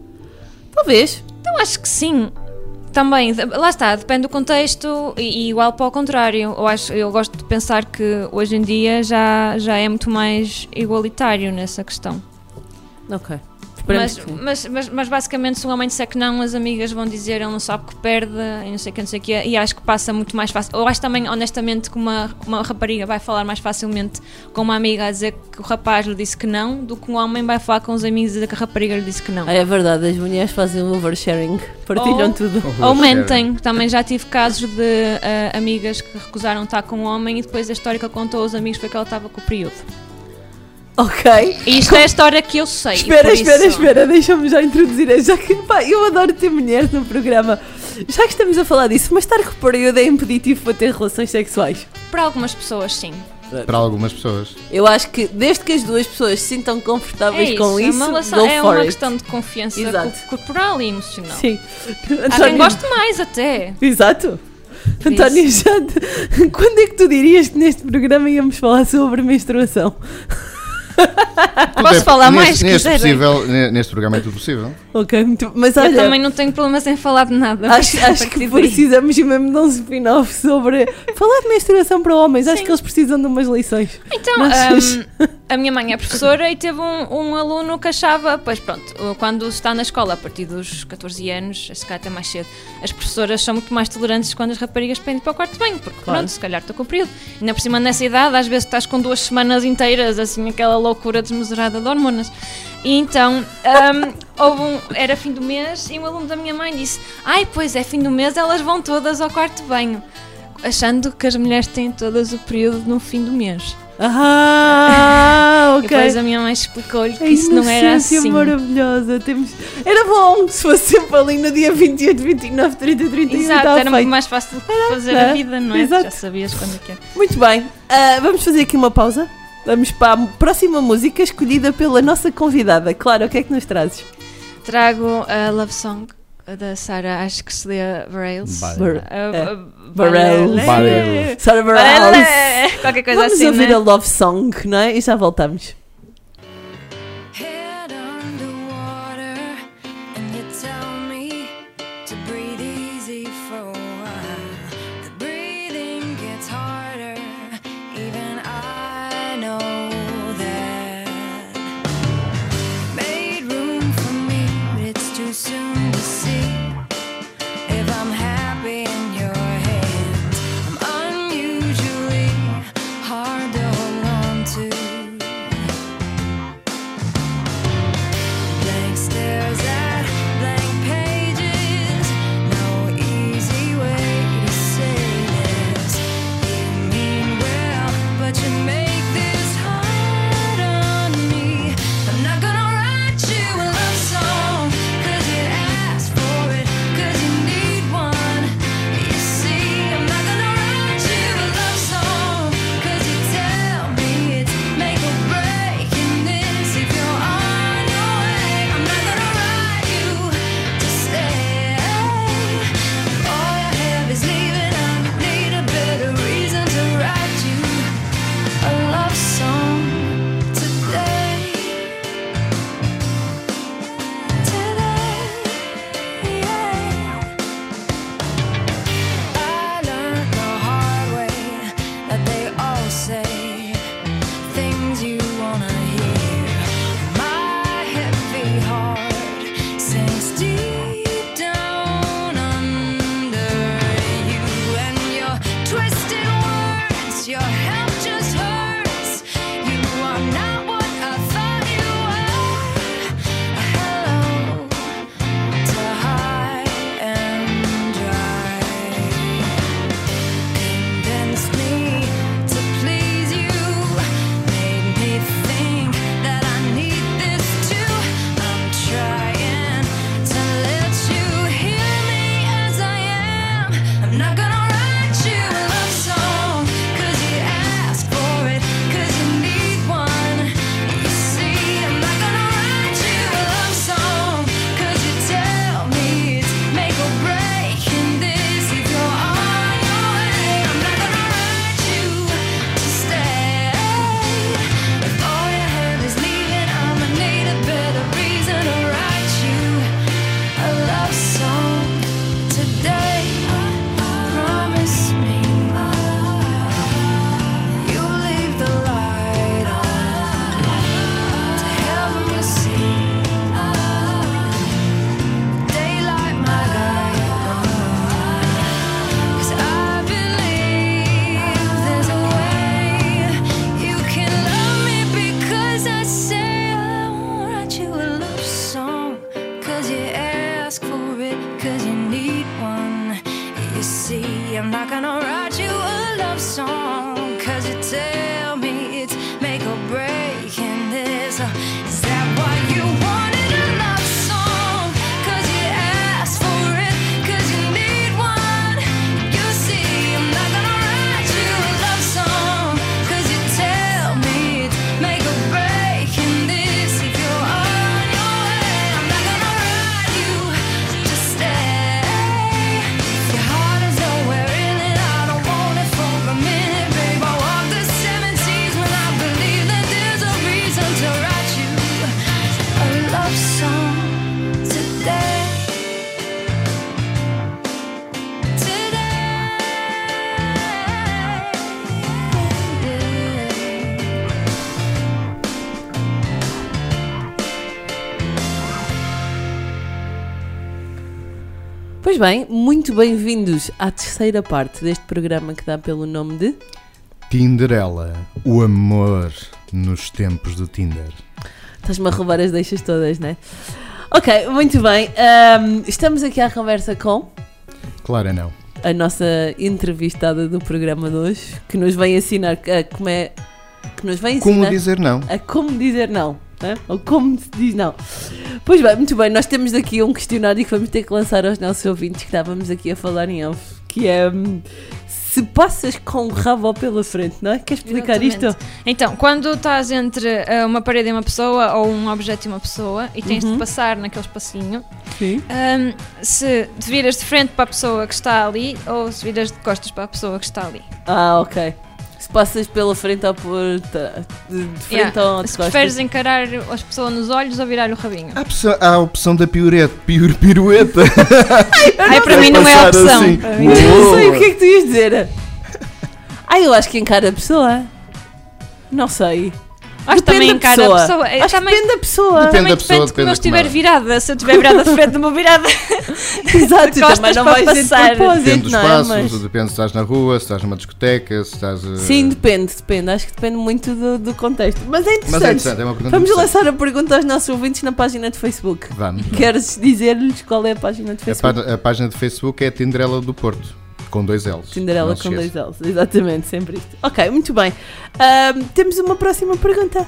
Talvez. Então acho que sim. Também, de- lá está, depende do contexto e, e igual para o contrário. Eu, acho, eu gosto de pensar que hoje em dia já, já é muito mais igualitário nessa questão. Ok. Esperemos Mas, que sim. mas, mas, mas basicamente, se um homem disser que não, as amigas vão dizer ele não sabe que perde e não sei o que, não sei o que, e acho que passa muito mais fácil. Eu acho também, honestamente, que uma, uma rapariga vai falar mais facilmente com uma amiga a dizer que o rapaz lhe disse que não, do que um homem vai falar com os amigos a dizer que a rapariga lhe disse que não. Ah, é verdade, as mulheres fazem um oversharing, partilham Ou- tudo. Ou mentem. Também já tive casos de ah, amigas que recusaram estar com um homem e depois a história que ela contou aos amigos foi que ela estava com o período. Ok. E isto é a história que eu sei. Espera, por espera, isso- espera, deixa-me já introduzir. Já que, pá, eu adoro ter mulheres no programa. Já que estamos a falar disso, mas estar com o período é impeditivo para ter relações sexuais. Para algumas pessoas, sim. Para algumas pessoas. Eu acho que desde que as duas pessoas se sintam É confortáveis isso, com é isso, uma, relação- go é for uma it. questão de confiança Exato. co- corporal e emocional. Sim. Há quem goste mais até. Exato. Por António, já te- quando é que tu dirias que neste programa íamos falar sobre menstruação? Posso falar mais neste, se neste, quiserem. possível, ne- neste programa é tudo possível. Ok, muito, mas Eu olha, também não tenho problemas em falar de nada. acho, a acho partir que daí. precisamos mesmo de um spin-off sobre falar de menstruação para homens. Acho Sim. que eles precisam de umas lições. Então, Não achas? hum, a minha mãe é professora e teve um, um aluno que achava, pois pronto, quando se está na escola a partir dos catorze anos, se calhar até mais cedo, as professoras são muito mais tolerantes quando as raparigas pedem para o quarto de banho, porque Claro. pronto, se calhar estou com o período. Ainda por cima nessa idade, às vezes estás com duas semanas inteiras, assim, aquela loucura desmesurada de hormonas. E então, hum, houve um, era fim do mês e um aluno da minha mãe disse: ai, pois é fim do mês, elas vão todas ao quarto de banho. Achando que as mulheres têm todas o período no fim do mês. Ah, E ok. depois a minha mãe explicou-lhe que A isso não era inocência assim. maravilhosa. Temos... Era bom se fosse sempre ali no dia vinte e oito, vinte e nove, trinta, trinta e um. Exato, estava era feito. muito mais fácil fazer era. a vida, não é? Exato. Já sabias quando é que era. Muito bem. Ah, vamos fazer aqui uma pausa. Vamos para a próxima música escolhida pela nossa convidada. Claro, o que é que nos trazes? Trago a Love Song da Sarah, acho que se lê Bareilles. Bar- Bar- A- é. a- Bareilles. Bareilles. Sarah Bareilles. Bareilles. Qualquer coisa Vamos assim, ouvir né? a Love Song, não é? E já voltamos. Head underwater, and you tell me to breathe easy for a while. The breathing gets harder, even I know that. Made room for me, but it's too soon to see if I'm happy in your hands. I'm unusually hard to hold on to. I'm not gonna write you a love song, cause you ask for it, cause you need one. You see, I'm not gonna write you a love song, cause you tell me it's make or break in this. If you're on your way, I'm not gonna write you to stay. If all you have is leaving, I'ma need a better reason to write you a love song today. Promise me you'll leave the light on to help me see daylight, my guide. 'Cause I believe there's a way you can love me, because I say I won't write you a love song, 'cause you ask for it, 'cause you need one. You see, I'm not gonna write you a love song, 'cause you tell me it's make or break in this. Is that why you wanted a love song? 'Cause you asked for it, 'cause you need one. You see, I'm not gonna write you a love song, 'cause you tell me it's make or break in this. If you're on your way, I'm not gonna write you to stay. Your heart is nowhere in it, I don't want it for a minute, babe. I walk the seven seas when I believe that there's a reason to write you a love song today. Today. Pois bem, muito bem-vindos à terceira parte deste programa que dá pelo nome de... Tinderela, o amor nos tempos do Tinder. Estás-me a roubar as deixas todas, não é? Ok, muito bem. Ahm, estamos aqui à conversa com Claro, não. a nossa entrevistada do programa de hoje, que nos vem ensinar a como é... Que nos vem ensinar Como dizer não? a como dizer não, né? Ou como se diz não. Pois bem, muito bem, nós temos aqui um questionário que vamos ter que lançar aos nossos ouvintes, que estávamos aqui a falar em off, que é hum, se passas com o rabo pela frente, não é? Queres explicar Exatamente. isto? Então, quando estás entre uh, uma parede e uma pessoa, ou um objeto e uma pessoa, e tens Uhum. de passar naquele espacinho, Sim. um, se te viras de frente para a pessoa que está ali, ou se viras de costas para a pessoa que está ali. Ah, ok. Se passas pela frente ou por... de, de frente Yeah. ou de Se costas. preferes encarar as pessoas nos olhos ou virar o rabinho. Há, opção- há a opção da piorete, pior, pirueta. Ai, para mim não é a Passar opção. assim. Para mim- Eu não Uou. sei o que é que tu ias dizer. Ah, eu acho que encara a pessoa. Não sei. Acho que também encara a pessoa. É, Acho que também, depende da pessoa. Depende também da pessoa, depende de como eu depende de estiver como é. virada. Se eu estiver virada de frente, não virada. Exato, de também costas não para vais dizer de passar. propósito, Depende dos não é? passos, Mas... depende se estás na rua, se estás numa discoteca, se estás... uh, Sim, depende, depende. Acho que depende muito do, do contexto. Mas é interessante. Mas é interessante, é uma pergunta Vamos interessante. lançar a pergunta aos nossos ouvintes na página de Facebook. Vamos. vamos. Queres dizer-lhes qual é a página de A, Facebook? pá- a página de Facebook é Tinderela do Porto, com dois L's. Cinderela Não se com dois esqueça. L's, exatamente, sempre isto. Ok, muito bem. Ahm, temos uma próxima pergunta.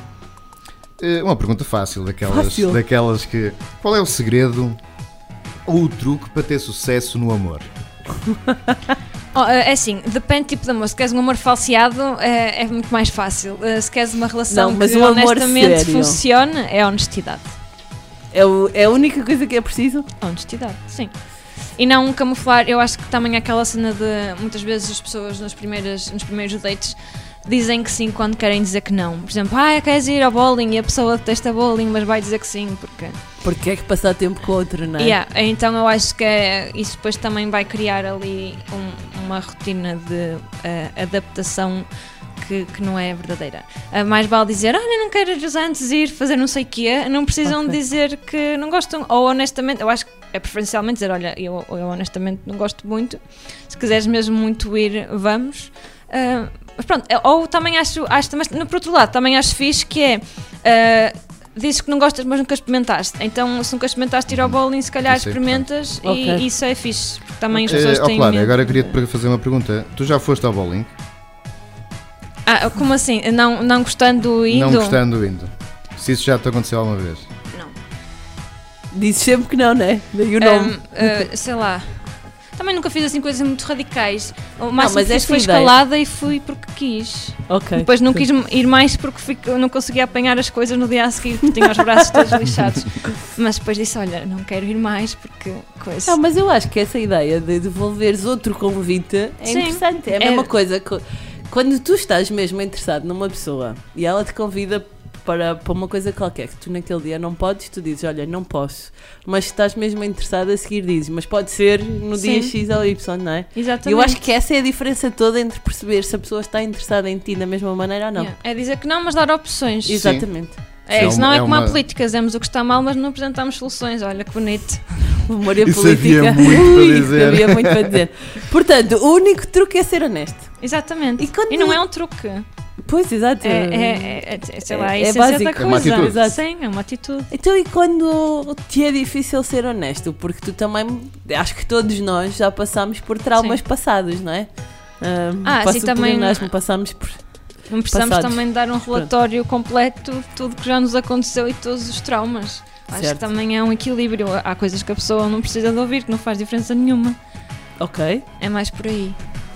Eh, Uma pergunta fácil, daquelas, Fácil. daquelas que... Qual é o segredo ou o truque para ter sucesso no amor? Oh, é assim, depende do tipo de amor. Se queres um amor falseado, é, é muito mais fácil. Uh, Se queres uma relação Não, mas que um amor honestamente sério. funcione, é a honestidade. É, o- é a única coisa que é preciso? A honestidade, sim. E não camuflar. Eu acho que também há aquela cena de muitas vezes as pessoas nas primeiras, nos primeiros dates dizem que sim quando querem dizer que não. Por exemplo, ah, queres ir ao bowling e a pessoa detesta bowling, mas vai dizer que sim, porque... Porque é que passar tempo com o outro, não é? Yeah, então eu acho que é, isso depois também vai criar ali um- uma rotina de uh, adaptação que, que não é verdadeira. Uh, mais vale dizer, olha, não queres antes ir fazer não sei o quê, não precisam Ok. dizer que não gostam, ou honestamente, eu acho que é preferencialmente dizer, olha, eu, eu honestamente não gosto muito, se quiseres mesmo muito ir, vamos. Uh, mas pronto, ou também acho, acho mas no, por outro lado, também acho fixe que é... Uh, dizes que não gostas, mas nunca experimentaste. Então, se nunca experimentaste ir ao bowling, se calhar Isso é experimentas e Ok. isso é fixe. Porque também as Eh, pessoas ó, têm Cláudia, medo. agora eu queria-te fazer uma pergunta. Tu já foste ao bowling? Ah, como assim? Não, não gostando indo? Não gostando indo. Se isso já te aconteceu alguma vez? Não. Dizes sempre que não, não é? Daí o nome. Um, uh, sei lá. também nunca fiz assim coisas muito radicais. O máximo mas que fiz essa foi ideia- escalada e fui porque quis. Ok. Depois não quis ir mais porque fico- eu não conseguia apanhar as coisas no dia a seguir porque tinha os braços todos lixados. Mas depois disse, olha, não quero ir mais porque coisa. Não, mas eu acho que essa ideia de devolveres outro convite é Sim. interessante. É a É- mesma coisa que quando tu estás mesmo interessado numa pessoa e ela te convida para, para uma coisa qualquer que tu naquele dia não podes, tu dizes, olha, não posso. Mas se estás mesmo interessado a seguir, dizes, mas pode ser no dia Sim. X ou Y, não é? Exatamente. Eu acho que essa é a diferença toda entre perceber se a pessoa está interessada em ti da mesma maneira ou não. Yeah. É dizer que não, mas dar opções. Sim. Exatamente. É, É isso uma- não é, é como uma- a política, dizemos o que está mal, mas não apresentamos soluções. Olha que bonito. Memória Isso política. havia muito para Ui, dizer. havia muito para dizer. Portanto, o único truque é ser honesto. Exatamente. E E, quando- não é um truque. Pois, exato. É, é, é, é, sei lá, É- a é essência básico. da É coisa. uma atitude. Exato. Sim, é uma atitude. Então, e quando te é difícil ser honesto? Porque tu também, acho que todos nós já passámos por traumas Sim. passados, não é? Um, Ah, posso sim, também- nós passamos por. Não precisamos Passados. também dar um relatório completo de tudo que já nos aconteceu e todos os traumas. Acho Certo. que também é um equilíbrio. Há coisas que a pessoa não precisa de ouvir, que não faz diferença nenhuma. Ok, É mais por aí.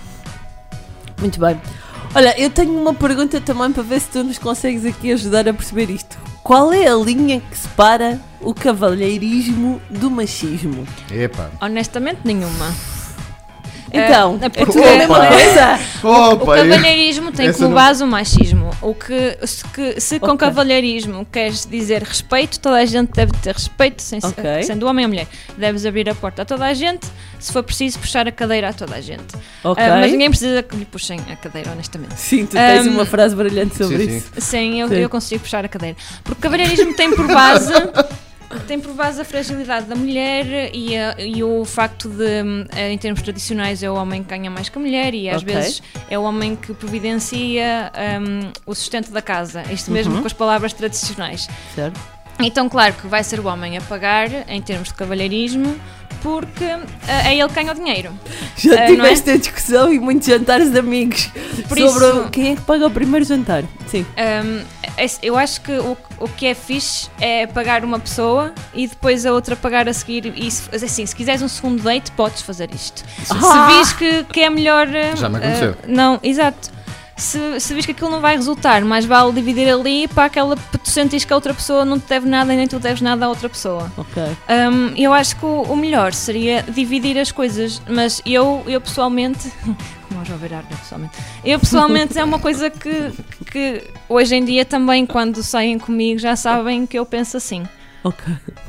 muito bem. Olha, eu tenho uma pergunta também para ver se tu nos consegues aqui ajudar a perceber isto. Qual é a linha que separa o cavalheirismo do machismo? Epá. Honestamente, nenhuma. Então, É, é porque- tudo a mesma Opa. coisa. O Opa, cavalheirismo tem essa como não- base o machismo. O que, se que- se com Ok. cavalheirismo queres dizer respeito, toda a gente deve ter respeito, sem, se- Ok. sendo homem ou mulher. Deves abrir a porta a toda a gente, se for preciso puxar a cadeira a toda a gente. Ok. Ah, mas ninguém precisa que lhe puxem a cadeira, honestamente. Sim, tu tens Um, uma frase brilhante sobre sim, sim. isso. Sim, eu, Sim. eu consigo puxar a cadeira. Porque o cavalheirismo tem por base tem por base a fragilidade da mulher e, a- e o facto de, hum, em termos tradicionais, é o homem que ganha mais que a mulher e às Ok. vezes é o homem que providencia hum, o sustento da casa. Isto mesmo Uhum. com as palavras tradicionais. Certo? Então, claro que vai ser o homem a pagar, em termos de cavalheirismo, porque ah, é ele que ganha o dinheiro. Já Ah, não é? tiveste a discussão e muitos jantares de amigos Por sobre isso- o- quem é que paga o primeiro jantar. Sim. Um, esse- eu acho que o, o que é fixe é pagar uma pessoa e depois a outra pagar a seguir. E se, assim, se quiseres um segundo date, podes fazer isto. Ah! Se vis que, que é melhor. uh, Já me aconteceu. uh, não, exato. Se, se vis que aquilo não vai resultar, mais vale dividir ali para aquela. Tu sentes que a outra pessoa não te deve nada e nem tu deves nada à outra pessoa. Ok. Um, eu acho que o, o melhor seria dividir as coisas, mas eu, eu pessoalmente, como já virar, né, pessoalmente, eu pessoalmente é uma coisa que, que hoje em dia também, quando saem comigo, já sabem que eu penso assim. Ok.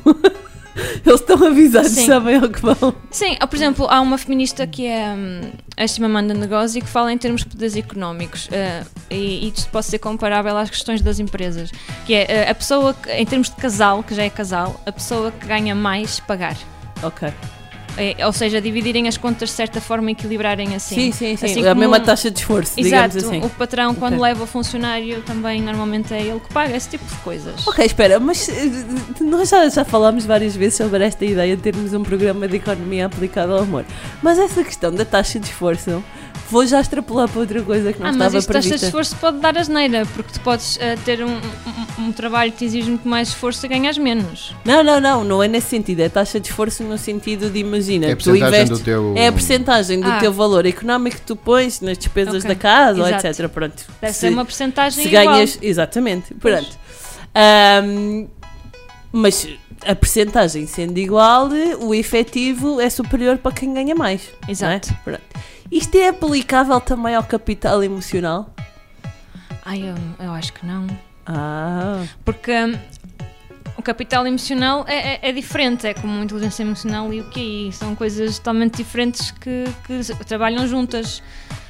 Eles estão avisados, Sim. sabem ao que vão. Sim, por exemplo, há uma feminista que é hum, a Chimamanda Ngozi que fala em termos de poderes económicos uh, e, e isto pode ser comparável às questões das empresas, que é uh, a pessoa, que, em termos de casal, que já é casal, a pessoa que ganha mais pagar. Ok. É, ou seja, dividirem as contas de certa forma e equilibrarem assim. Sim, sim, sim. Assim a como- mesma taxa de esforço, digamos Exato, assim. o patrão quando Ok. leva o funcionário também normalmente é ele que paga, esse tipo de coisas. Ok, espera, mas eh, nós já, já falámos várias vezes sobre esta ideia de termos um programa de economia aplicado ao amor. Mas essa questão da taxa de esforço, vou já extrapolar para outra coisa que não Ah, mas estava isto taxa de prevista. esforço pode dar asneira, porque tu podes eh, ter um, um, um trabalho que te exige muito mais esforço e ganhas menos. Não, não, não, não é nesse sentido. É taxa de esforço no sentido de, imagina, É a tu percentagem investes. do teu- É a percentagem do Ah. teu valor económico que tu pões nas despesas Ok. da casa, ou Exato. etcétera. Pronto. Deve Se- ser uma percentagem Se igual. ganhas, exatamente, pronto. Ahm, mas a percentagem sendo igual, o efetivo é superior para quem ganha mais. Exato. não é? Pronto. Isto é aplicável também ao capital emocional? Ai, eu, eu acho que não. Ah, Porque hum, o capital emocional é, é, é diferente, é como a inteligência emocional e o Q I. São coisas totalmente diferentes que, que se- trabalham juntas.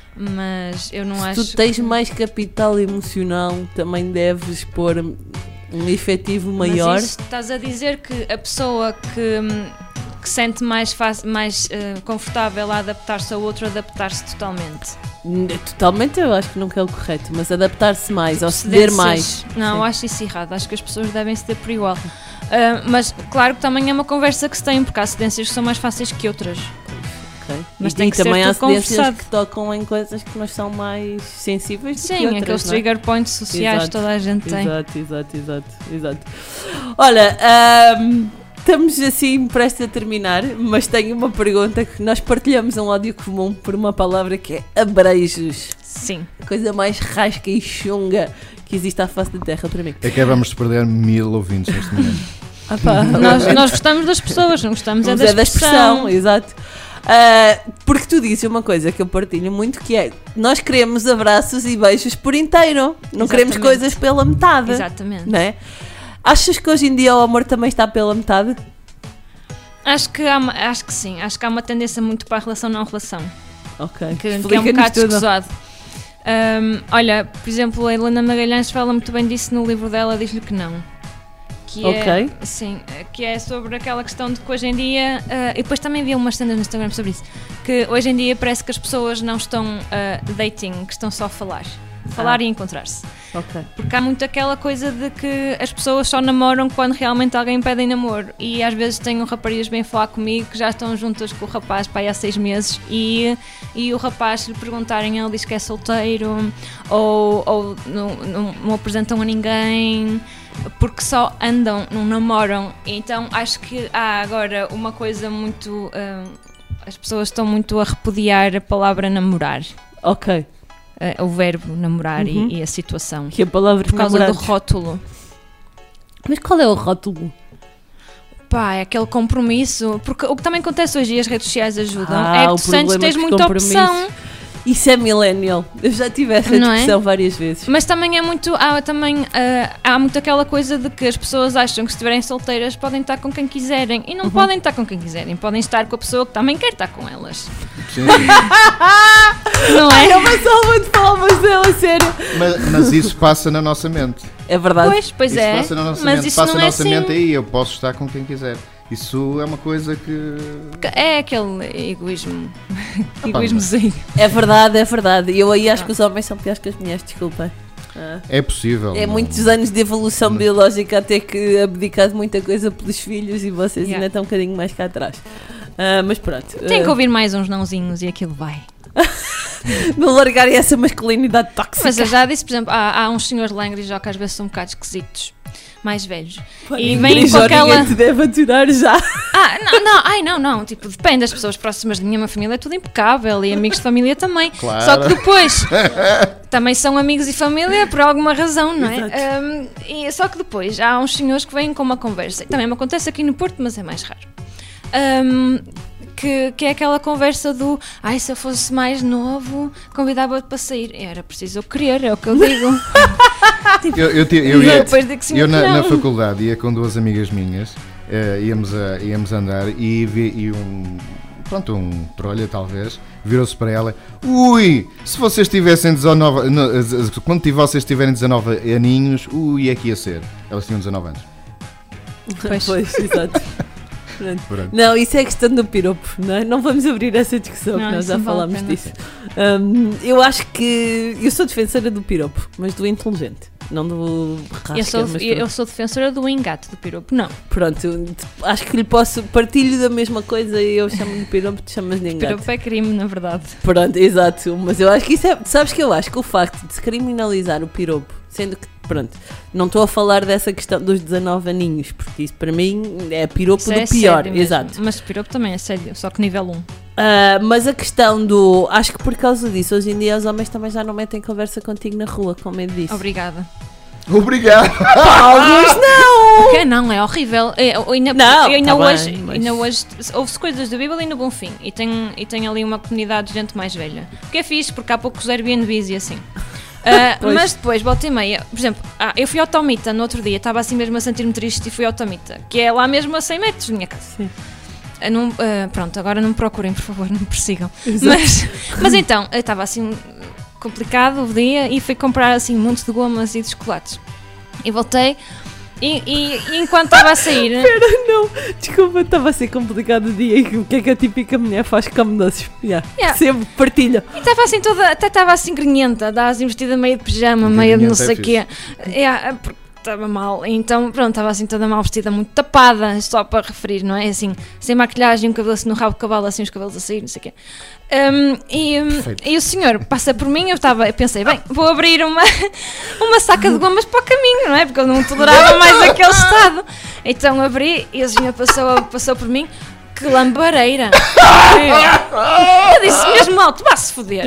Mas eu não se acho. tu tens que... mais capital emocional, também deves pôr um efetivo maior. Mas isso estás a dizer que a pessoa que, hum, que sente mais, fácil, mais eh, confortável a adaptar-se ao outro, adaptar-se totalmente. Totalmente, eu acho que nunca é o correto, mas adaptar-se mais ou Ceder-se. ceder mais. Não, Sim. eu acho isso errado. Acho que as pessoas devem ceder por igual. Ah, mas claro que também é uma conversa que se tem, porque há cedências que são mais fáceis que outras. Ok. Mas e tem que ser também há tudo cedências conversado. que tocam em coisas que nós são mais sensíveis do que Sim, outras, aqueles não é? trigger points sociais Exato, toda a gente tem. Exato, exato, exato, exato. Olha, ahm, estamos assim prestes a terminar, mas tenho uma pergunta que nós partilhamos um ódio comum por uma palavra que é abreijos. Sim. A coisa mais rasca e chunga que existe à face da terra para mim. Acabamos de perder mil ouvintes neste momento. Ah, pá. Nós, nós gostamos das pessoas, não gostamos é da é da expressão. expressão, exato. Uh, porque tu dizes uma coisa que eu partilho muito, que é, nós queremos abraços e beijos por inteiro, não Exatamente. queremos coisas pela metade. Exatamente. Não é? Achas que hoje em dia o amor também está pela metade? Acho que, há uma, acho que sim, acho que há uma tendência muito para a relação não relação. Ok. Que, que é um Explica-nos bocado tudo. escusado. Um, olha, por exemplo, a Helena Magalhães fala muito bem disso no livro dela, Diz-lhe que não. Que é, Ok. sim, que é sobre aquela questão de que hoje em dia, uh, e depois também vi umas cenas no Instagram sobre isso, que hoje em dia parece que as pessoas não estão uh, dating, que estão só a falar. Falar Ah. e encontrar-se. Ok. Porque há muito aquela coisa de que as pessoas só namoram quando realmente alguém pede em namoro. E às vezes tenho raparigas bem falar comigo que já estão juntas com o rapaz para aí há seis meses e, e o rapaz, se lhe perguntarem, ele diz que é solteiro ou, ou não, não, não apresentam a ninguém porque só andam, não namoram. Então acho que há agora uma coisa muito... hum, as pessoas estão muito a repudiar a palavra namorar. Ok. Uh, o verbo namorar Uhum. e, e a situação. Que a palavra Por causa namorados. do rótulo. Mas qual é o rótulo? Pá, é aquele compromisso. Porque o que também acontece hoje e as redes sociais ajudam Ah, é que o tu sentes problema tens dos muita compromissos. opção. Isso é millennial. Eu já tive essa Não é? discussão várias vezes. Mas também é muito. Há, também, ah, há muito aquela coisa de que as pessoas acham que se estiverem solteiras podem estar com quem quiserem. E não Uhum. podem estar com quem quiserem. Podem estar com a pessoa que também quer estar com elas. Sim. Não é? É uma salva de palmas dela, sério. mas, mas isso passa na nossa mente. É verdade. Pois, pois isso é. passa na nossa Mas mente. isso Passa não na é nossa assim. mente aí, eu posso estar com quem quiser. Isso é uma coisa que. É aquele egoísmo. Egoísmozinho. É verdade, é verdade. E eu aí acho que os homens são piores que as mulheres, desculpa. Ah. É possível. É não- muitos anos de evolução biológica até que abdicar de muita coisa pelos filhos e vocês Yeah. ainda estão um bocadinho mais cá atrás. Ah, mas pronto. Tem que ah, ouvir mais uns nãozinhos e aquilo vai. não largarem essa masculinidade tóxica. Mas eu já disse, por exemplo, há, há uns senhores lá em Grijó que às vezes são um bocado esquisitos, mais velhos. E vêm com Grijó, aquela. ninguém te deve aturar já. Ah, não, não, ai não, não, tipo, depende das pessoas próximas de mim, a minha família é tudo impecável e amigos de família também. Claro. Só que depois também são amigos e família por alguma razão, não é? Um, e, só que depois há uns senhores que vêm com uma conversa, e também me acontece aqui no Porto, mas é mais raro. Um, Que, que é aquela conversa do ai, se eu fosse mais novo, convidava-te para sair. Era preciso eu querer, é o que eu digo. Eu, eu, ti- eu, E ia- depois digo sim eu ou na, não. na faculdade ia com duas amigas minhas, eh, íamos, a, íamos andar e, vi, e um. Pronto, um trolha talvez, virou-se para ela: ui, se vocês tivessem dezanove. no, eh, eh, Quando tiv- vocês tiverem dezanove aninhos, ui, é que ia ser. Elas tinham dezanove anos. Pois. Pois, exato. Pronto. Pronto. Não, isso é questão do piropo, não é? Não vamos abrir essa discussão, Não, que nós isso já não vale a falámos pena. disso. Hum, eu acho que eu sou defensora do piropo, mas do inteligente, não do rasca. Eu sou, mas eu, pronto. sou defensora do engate do piropo. Não, Pronto, eu acho que lhe posso partilho da mesma coisa e eu chamo-lhe piropo, tu chamas de engate. piropo é crime, na verdade. Pronto, exato, mas eu acho que isso é, sabes que eu acho que o facto de se criminalizar o piropo, sendo que, pronto, não estou a falar dessa questão dos dezanove aninhos, porque isso para mim é piropo Isso do é pior, sério mesmo. exato. Mas piropo também é sério, só que nível um. Ah, mas a questão do. Acho que por causa disso, hoje em dia os homens também já não metem conversa contigo na rua, com medo disso. Obrigada. Obrigado! Alguns não! Que não, é horrível. Eu, ainda, Não, eu ainda tá hoje, bem, mas- ainda hoje ouve-se coisas da Bíblia e no Bonfim. E tem, e tem ali uma comunidade de gente mais velha. O que é fixe, porque há poucos Airbnbs e assim. Ah, Pois. mas depois, volta e meia, por exemplo, ah, eu fui ao Tomita no outro dia, estava assim mesmo a sentir-me triste e fui ao Tomita, que é lá mesmo a cem metros da minha casa. Sim. Ah, não, ah, pronto, agora não me procurem, por favor, não me persigam. Mas, mas então, eu estava assim complicado o dia e fui comprar assim um monte de gomas e de chocolates. E voltei e, e- e enquanto estava a sair. Não, desculpa, estava a ser complicado o dia e o que é que a típica mulher faz com doces? Yeah. Yeah. Percebo, partilha. E estava assim toda, até estava assim grinhenta, estava assim vestida meio de pijama, meio de não Grinhenta é sei o quê. É, porque estava mal, então pronto, estava assim toda mal vestida, muito tapada, só para referir, não é? Assim, sem maquilhagem, um cabelo assim no rabo de cavalo, assim os cabelos a sair, não sei o quê. Um, e, um, Perfeito. e o senhor passa por mim, eu estava, eu pensei, bem, vou abrir uma, uma saca de gomas para o caminho, não é? Porque eu não tolerava mais aquele estado. Então abri e a senhora passou, passou por mim. Que lambareira! Eu disse mesmo alto, vá-se foder.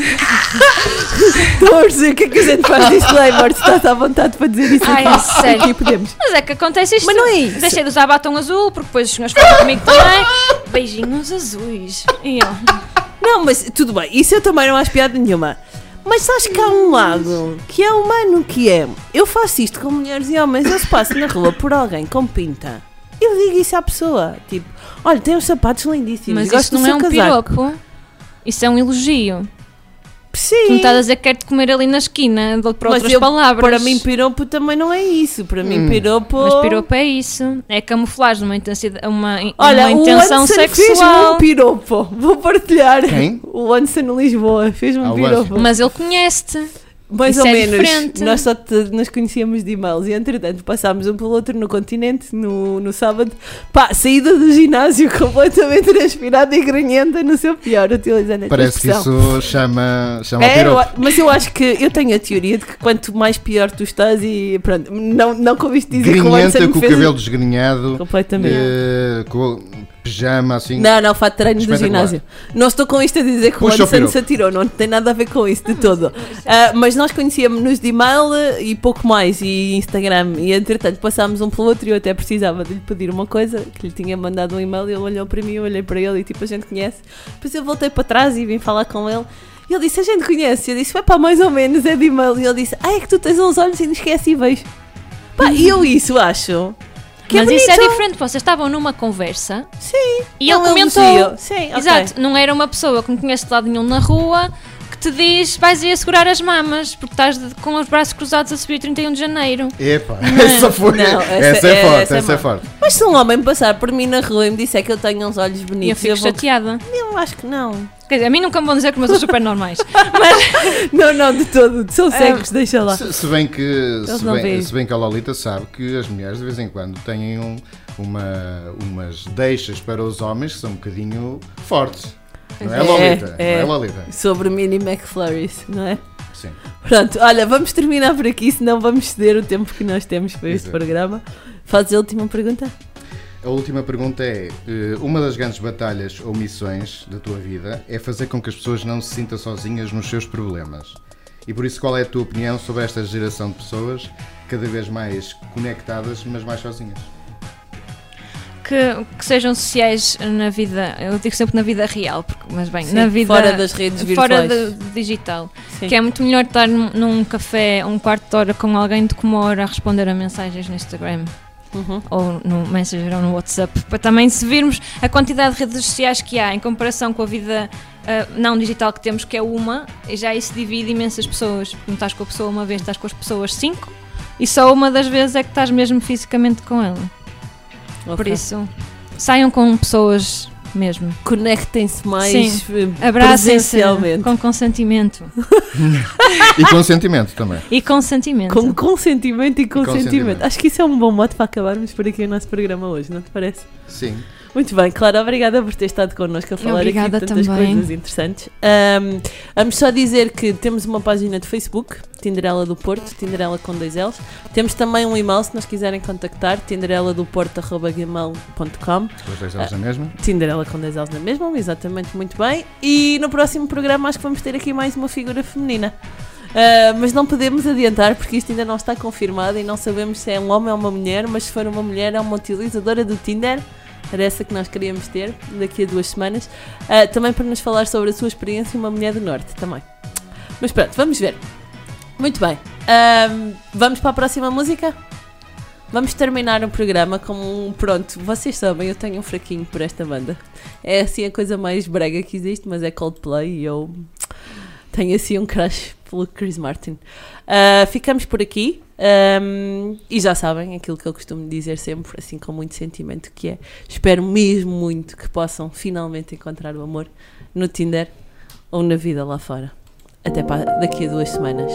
Estou a perceber o que é que a gente faz disclaimer. Se estás à vontade para dizer isso Ai, aqui, sério. aqui podemos. Mas é que acontece isto. Mas não é isso. Deixei de usar batom azul, porque depois os senhores falam comigo também. Beijinhos azuis. E eu, Não, mas tudo bem, isso eu também não acho piada nenhuma. Mas sabes que há um lado que é humano, que é... Eu faço isto com mulheres e homens, eu se passo na rua por alguém com pinta, eu digo isso à pessoa, tipo, olha, tem uns sapatos lindíssimos, mas gosto isso não do é seu um casaco. piropo. Isso é um elogio. Sim. Tu me estás a dizer que quero-te comer ali na esquina, dou para Mas outras eu, palavras. para mim piropo também não é isso, para mim Hum. piropo... Mas piropo é isso. É camuflagem, uma, intensidade, uma, Olha, uma intenção o Anderson fez-me sexual. um piropo, vou partilhar. Quem? O Anderson Lisboa fez-me Ah, um o piropo. Anderson. Mas ele conhece-te. Mais Isso ou é menos, diferente. nós só te- nos conhecíamos de e-mails e entretanto passámos um pelo outro no continente, no, no sábado, pá, saída do ginásio completamente transpirada e granhenta no seu pior, utilizando esta Parece que expressão. isso chama, chama É, eu, piropo. mas eu acho que eu tenho a teoria de que quanto mais pior tu estás e pronto, não, não com isto dizer que o Anderson Grinhenta, me com o fez cabelo desgrenhado, completamente. eh, com pijama assim. Não, não, fato de treino do Espetacular. ginásio. Não estou com isto a dizer que o Puxa o Anderson piropo. se atirou, não tem nada a ver com isso de todo. Ah, mas nós conhecíamos-nos de e-mail e pouco mais, e Instagram, e entretanto passámos um pelo outro e eu até precisava de lhe pedir uma coisa, que lhe tinha mandado um e-mail e ele olhou para mim, eu olhei para ele e tipo, a gente conhece. Depois eu voltei para trás e vim falar com ele. E ele disse, a gente conhece. Eu disse, vai pá, mais ou menos, é de e-mail. E ele disse, ah, é que tu tens uns olhos inesquecíveis. Pá, e eu isso acho... Que Mas é isso é bonito. diferente, vocês estavam numa conversa Sim. e é ele um comentou. elogio. Sim, ok. Exato, não era uma pessoa que não conhece de lado nenhum na rua que te diz vais ir a segurar as mamas porque estás de- com os braços cruzados a subir trinta e um de janeiro. Epá, essa foi. Não, essa, essa- é é- forte, essa é essa é má. forte. Mas se um homem passar por mim na rua e me disser que eu tenho uns olhos E eu bonitos, fico vou... chateada. Eu acho que não. Quer dizer, a mim nunca me vão dizer que meus são super normais. Não, não, de todo. São cegos, deixa lá. Se, se bem que, se não bem, veem. se bem que a Lolita sabe que as mulheres de vez em quando têm um- uma, umas deixas para os homens que são um bocadinho fortes. Não é, É, Lolita? é. Não é, Lolita? Sobre Mini McFlurries, não é? Sim. Pronto, olha, vamos terminar por aqui, senão vamos ceder o tempo que nós temos para este Exato. programa. Fazes a última pergunta? A última pergunta é: eh, uma das grandes batalhas ou missões da tua vida é fazer com que as pessoas não se sintam sozinhas nos seus problemas. E por isso, qual é a tua opinião sobre esta geração de pessoas cada vez mais conectadas, mas mais sozinhas? Que, que sejam sociais na vida, eu digo sempre na vida real, porque, mas bem, Sim, na vida fora das redes fora virtuais. do digital. Sim. Que é muito melhor estar num, num café um quarto de hora com alguém do que uma hora a responder a mensagens no Instagram. Uhum. Ou no Messenger ou no WhatsApp, para também se virmos a quantidade de redes sociais que há em comparação com a vida uh, não digital que temos, que é uma, e já isso divide imensas pessoas, porque não estás com a pessoa uma vez, estás com as pessoas cinco, e só uma das vezes é que estás mesmo fisicamente com ela. Ok. Por isso, saiam com pessoas mesmo. Conectem-se mais Sim. eh, Abracem-se presencialmente. com consentimento. E consentimento também. E consentimento. Com consentimento e consentimento. consentimento. Acho que isso é um bom modo para acabarmos por aqui o nosso programa hoje, não te parece? Sim. Muito bem, Clara, obrigada por ter estado connosco a falar Obrigada aqui de tantas também. coisas interessantes. Ahm, vamos só dizer que temos uma página de Facebook, Tinderela do Porto, Tinderela com dois L's. Temos também um e-mail, se nos quiserem contactar, tinderela do porto arroba gmail ponto com. Os dois eles na mesma? Tinderela com dois L's na mesma, exatamente, muito bem. E no próximo programa acho que vamos ter aqui mais uma figura feminina. Uh, mas não podemos adiantar porque isto ainda não está confirmado e não sabemos se é um homem ou uma mulher, mas se for uma mulher é uma utilizadora do Tinder. Era essa que nós queríamos ter daqui a duas semanas. Uh, também para nos falar sobre a sua experiência, uma mulher do Norte também. Mas pronto, vamos ver. Muito bem. Um, vamos para a próxima música? Vamos terminar o programa com um... Pronto, vocês sabem, eu tenho um fraquinho por esta banda. É assim a coisa mais brega que existe, mas é Coldplay e eu tenho assim um crush pelo Chris Martin. Uh, ficamos por aqui. Um, e já sabem aquilo que eu costumo dizer sempre, assim com muito sentimento, que é: espero mesmo muito que possam finalmente encontrar o amor no Tinder ou na vida lá fora. Até para daqui a duas semanas.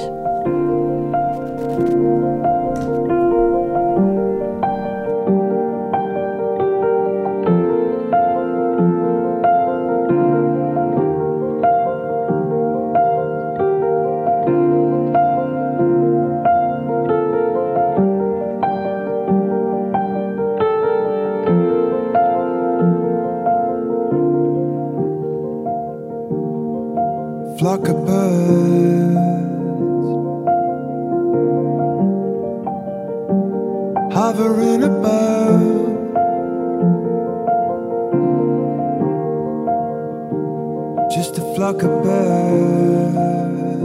flock of birds hovering above. Just a flock of birds.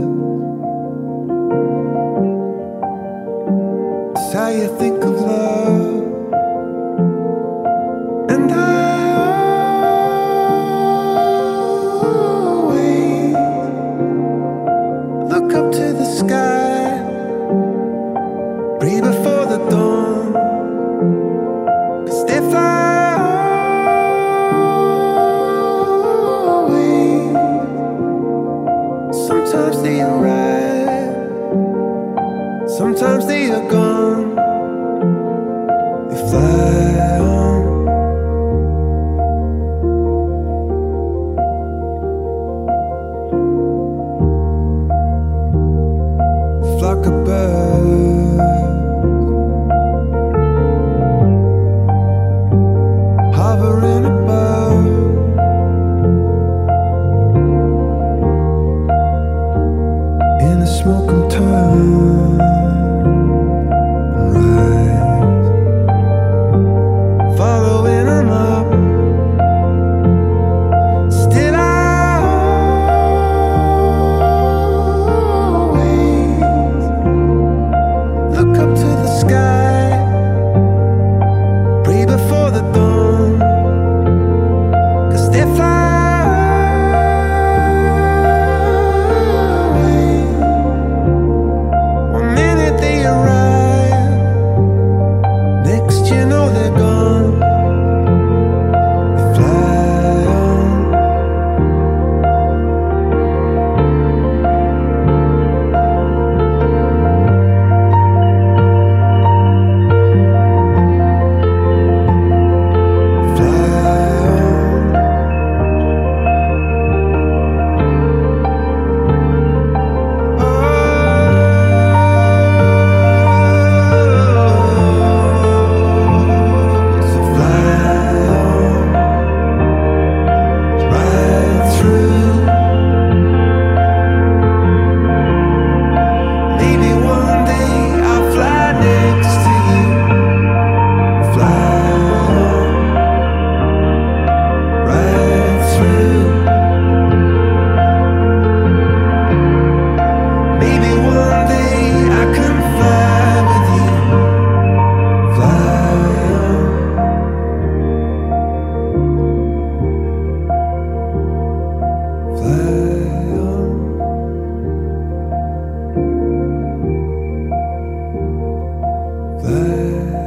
It's how you think of love. And I always look up to the sky, breathe before the dawn, 'cause they fly away. Sometimes they arrive, sometimes they are gone. They fly on. Flock of birds hovering above. In the smoke and turn and rise, following them up. Still I always look up to the sky, breathe before the dawn, 'cause they fly away. One minute they arrive, next you know they're gone. They fly on. Fly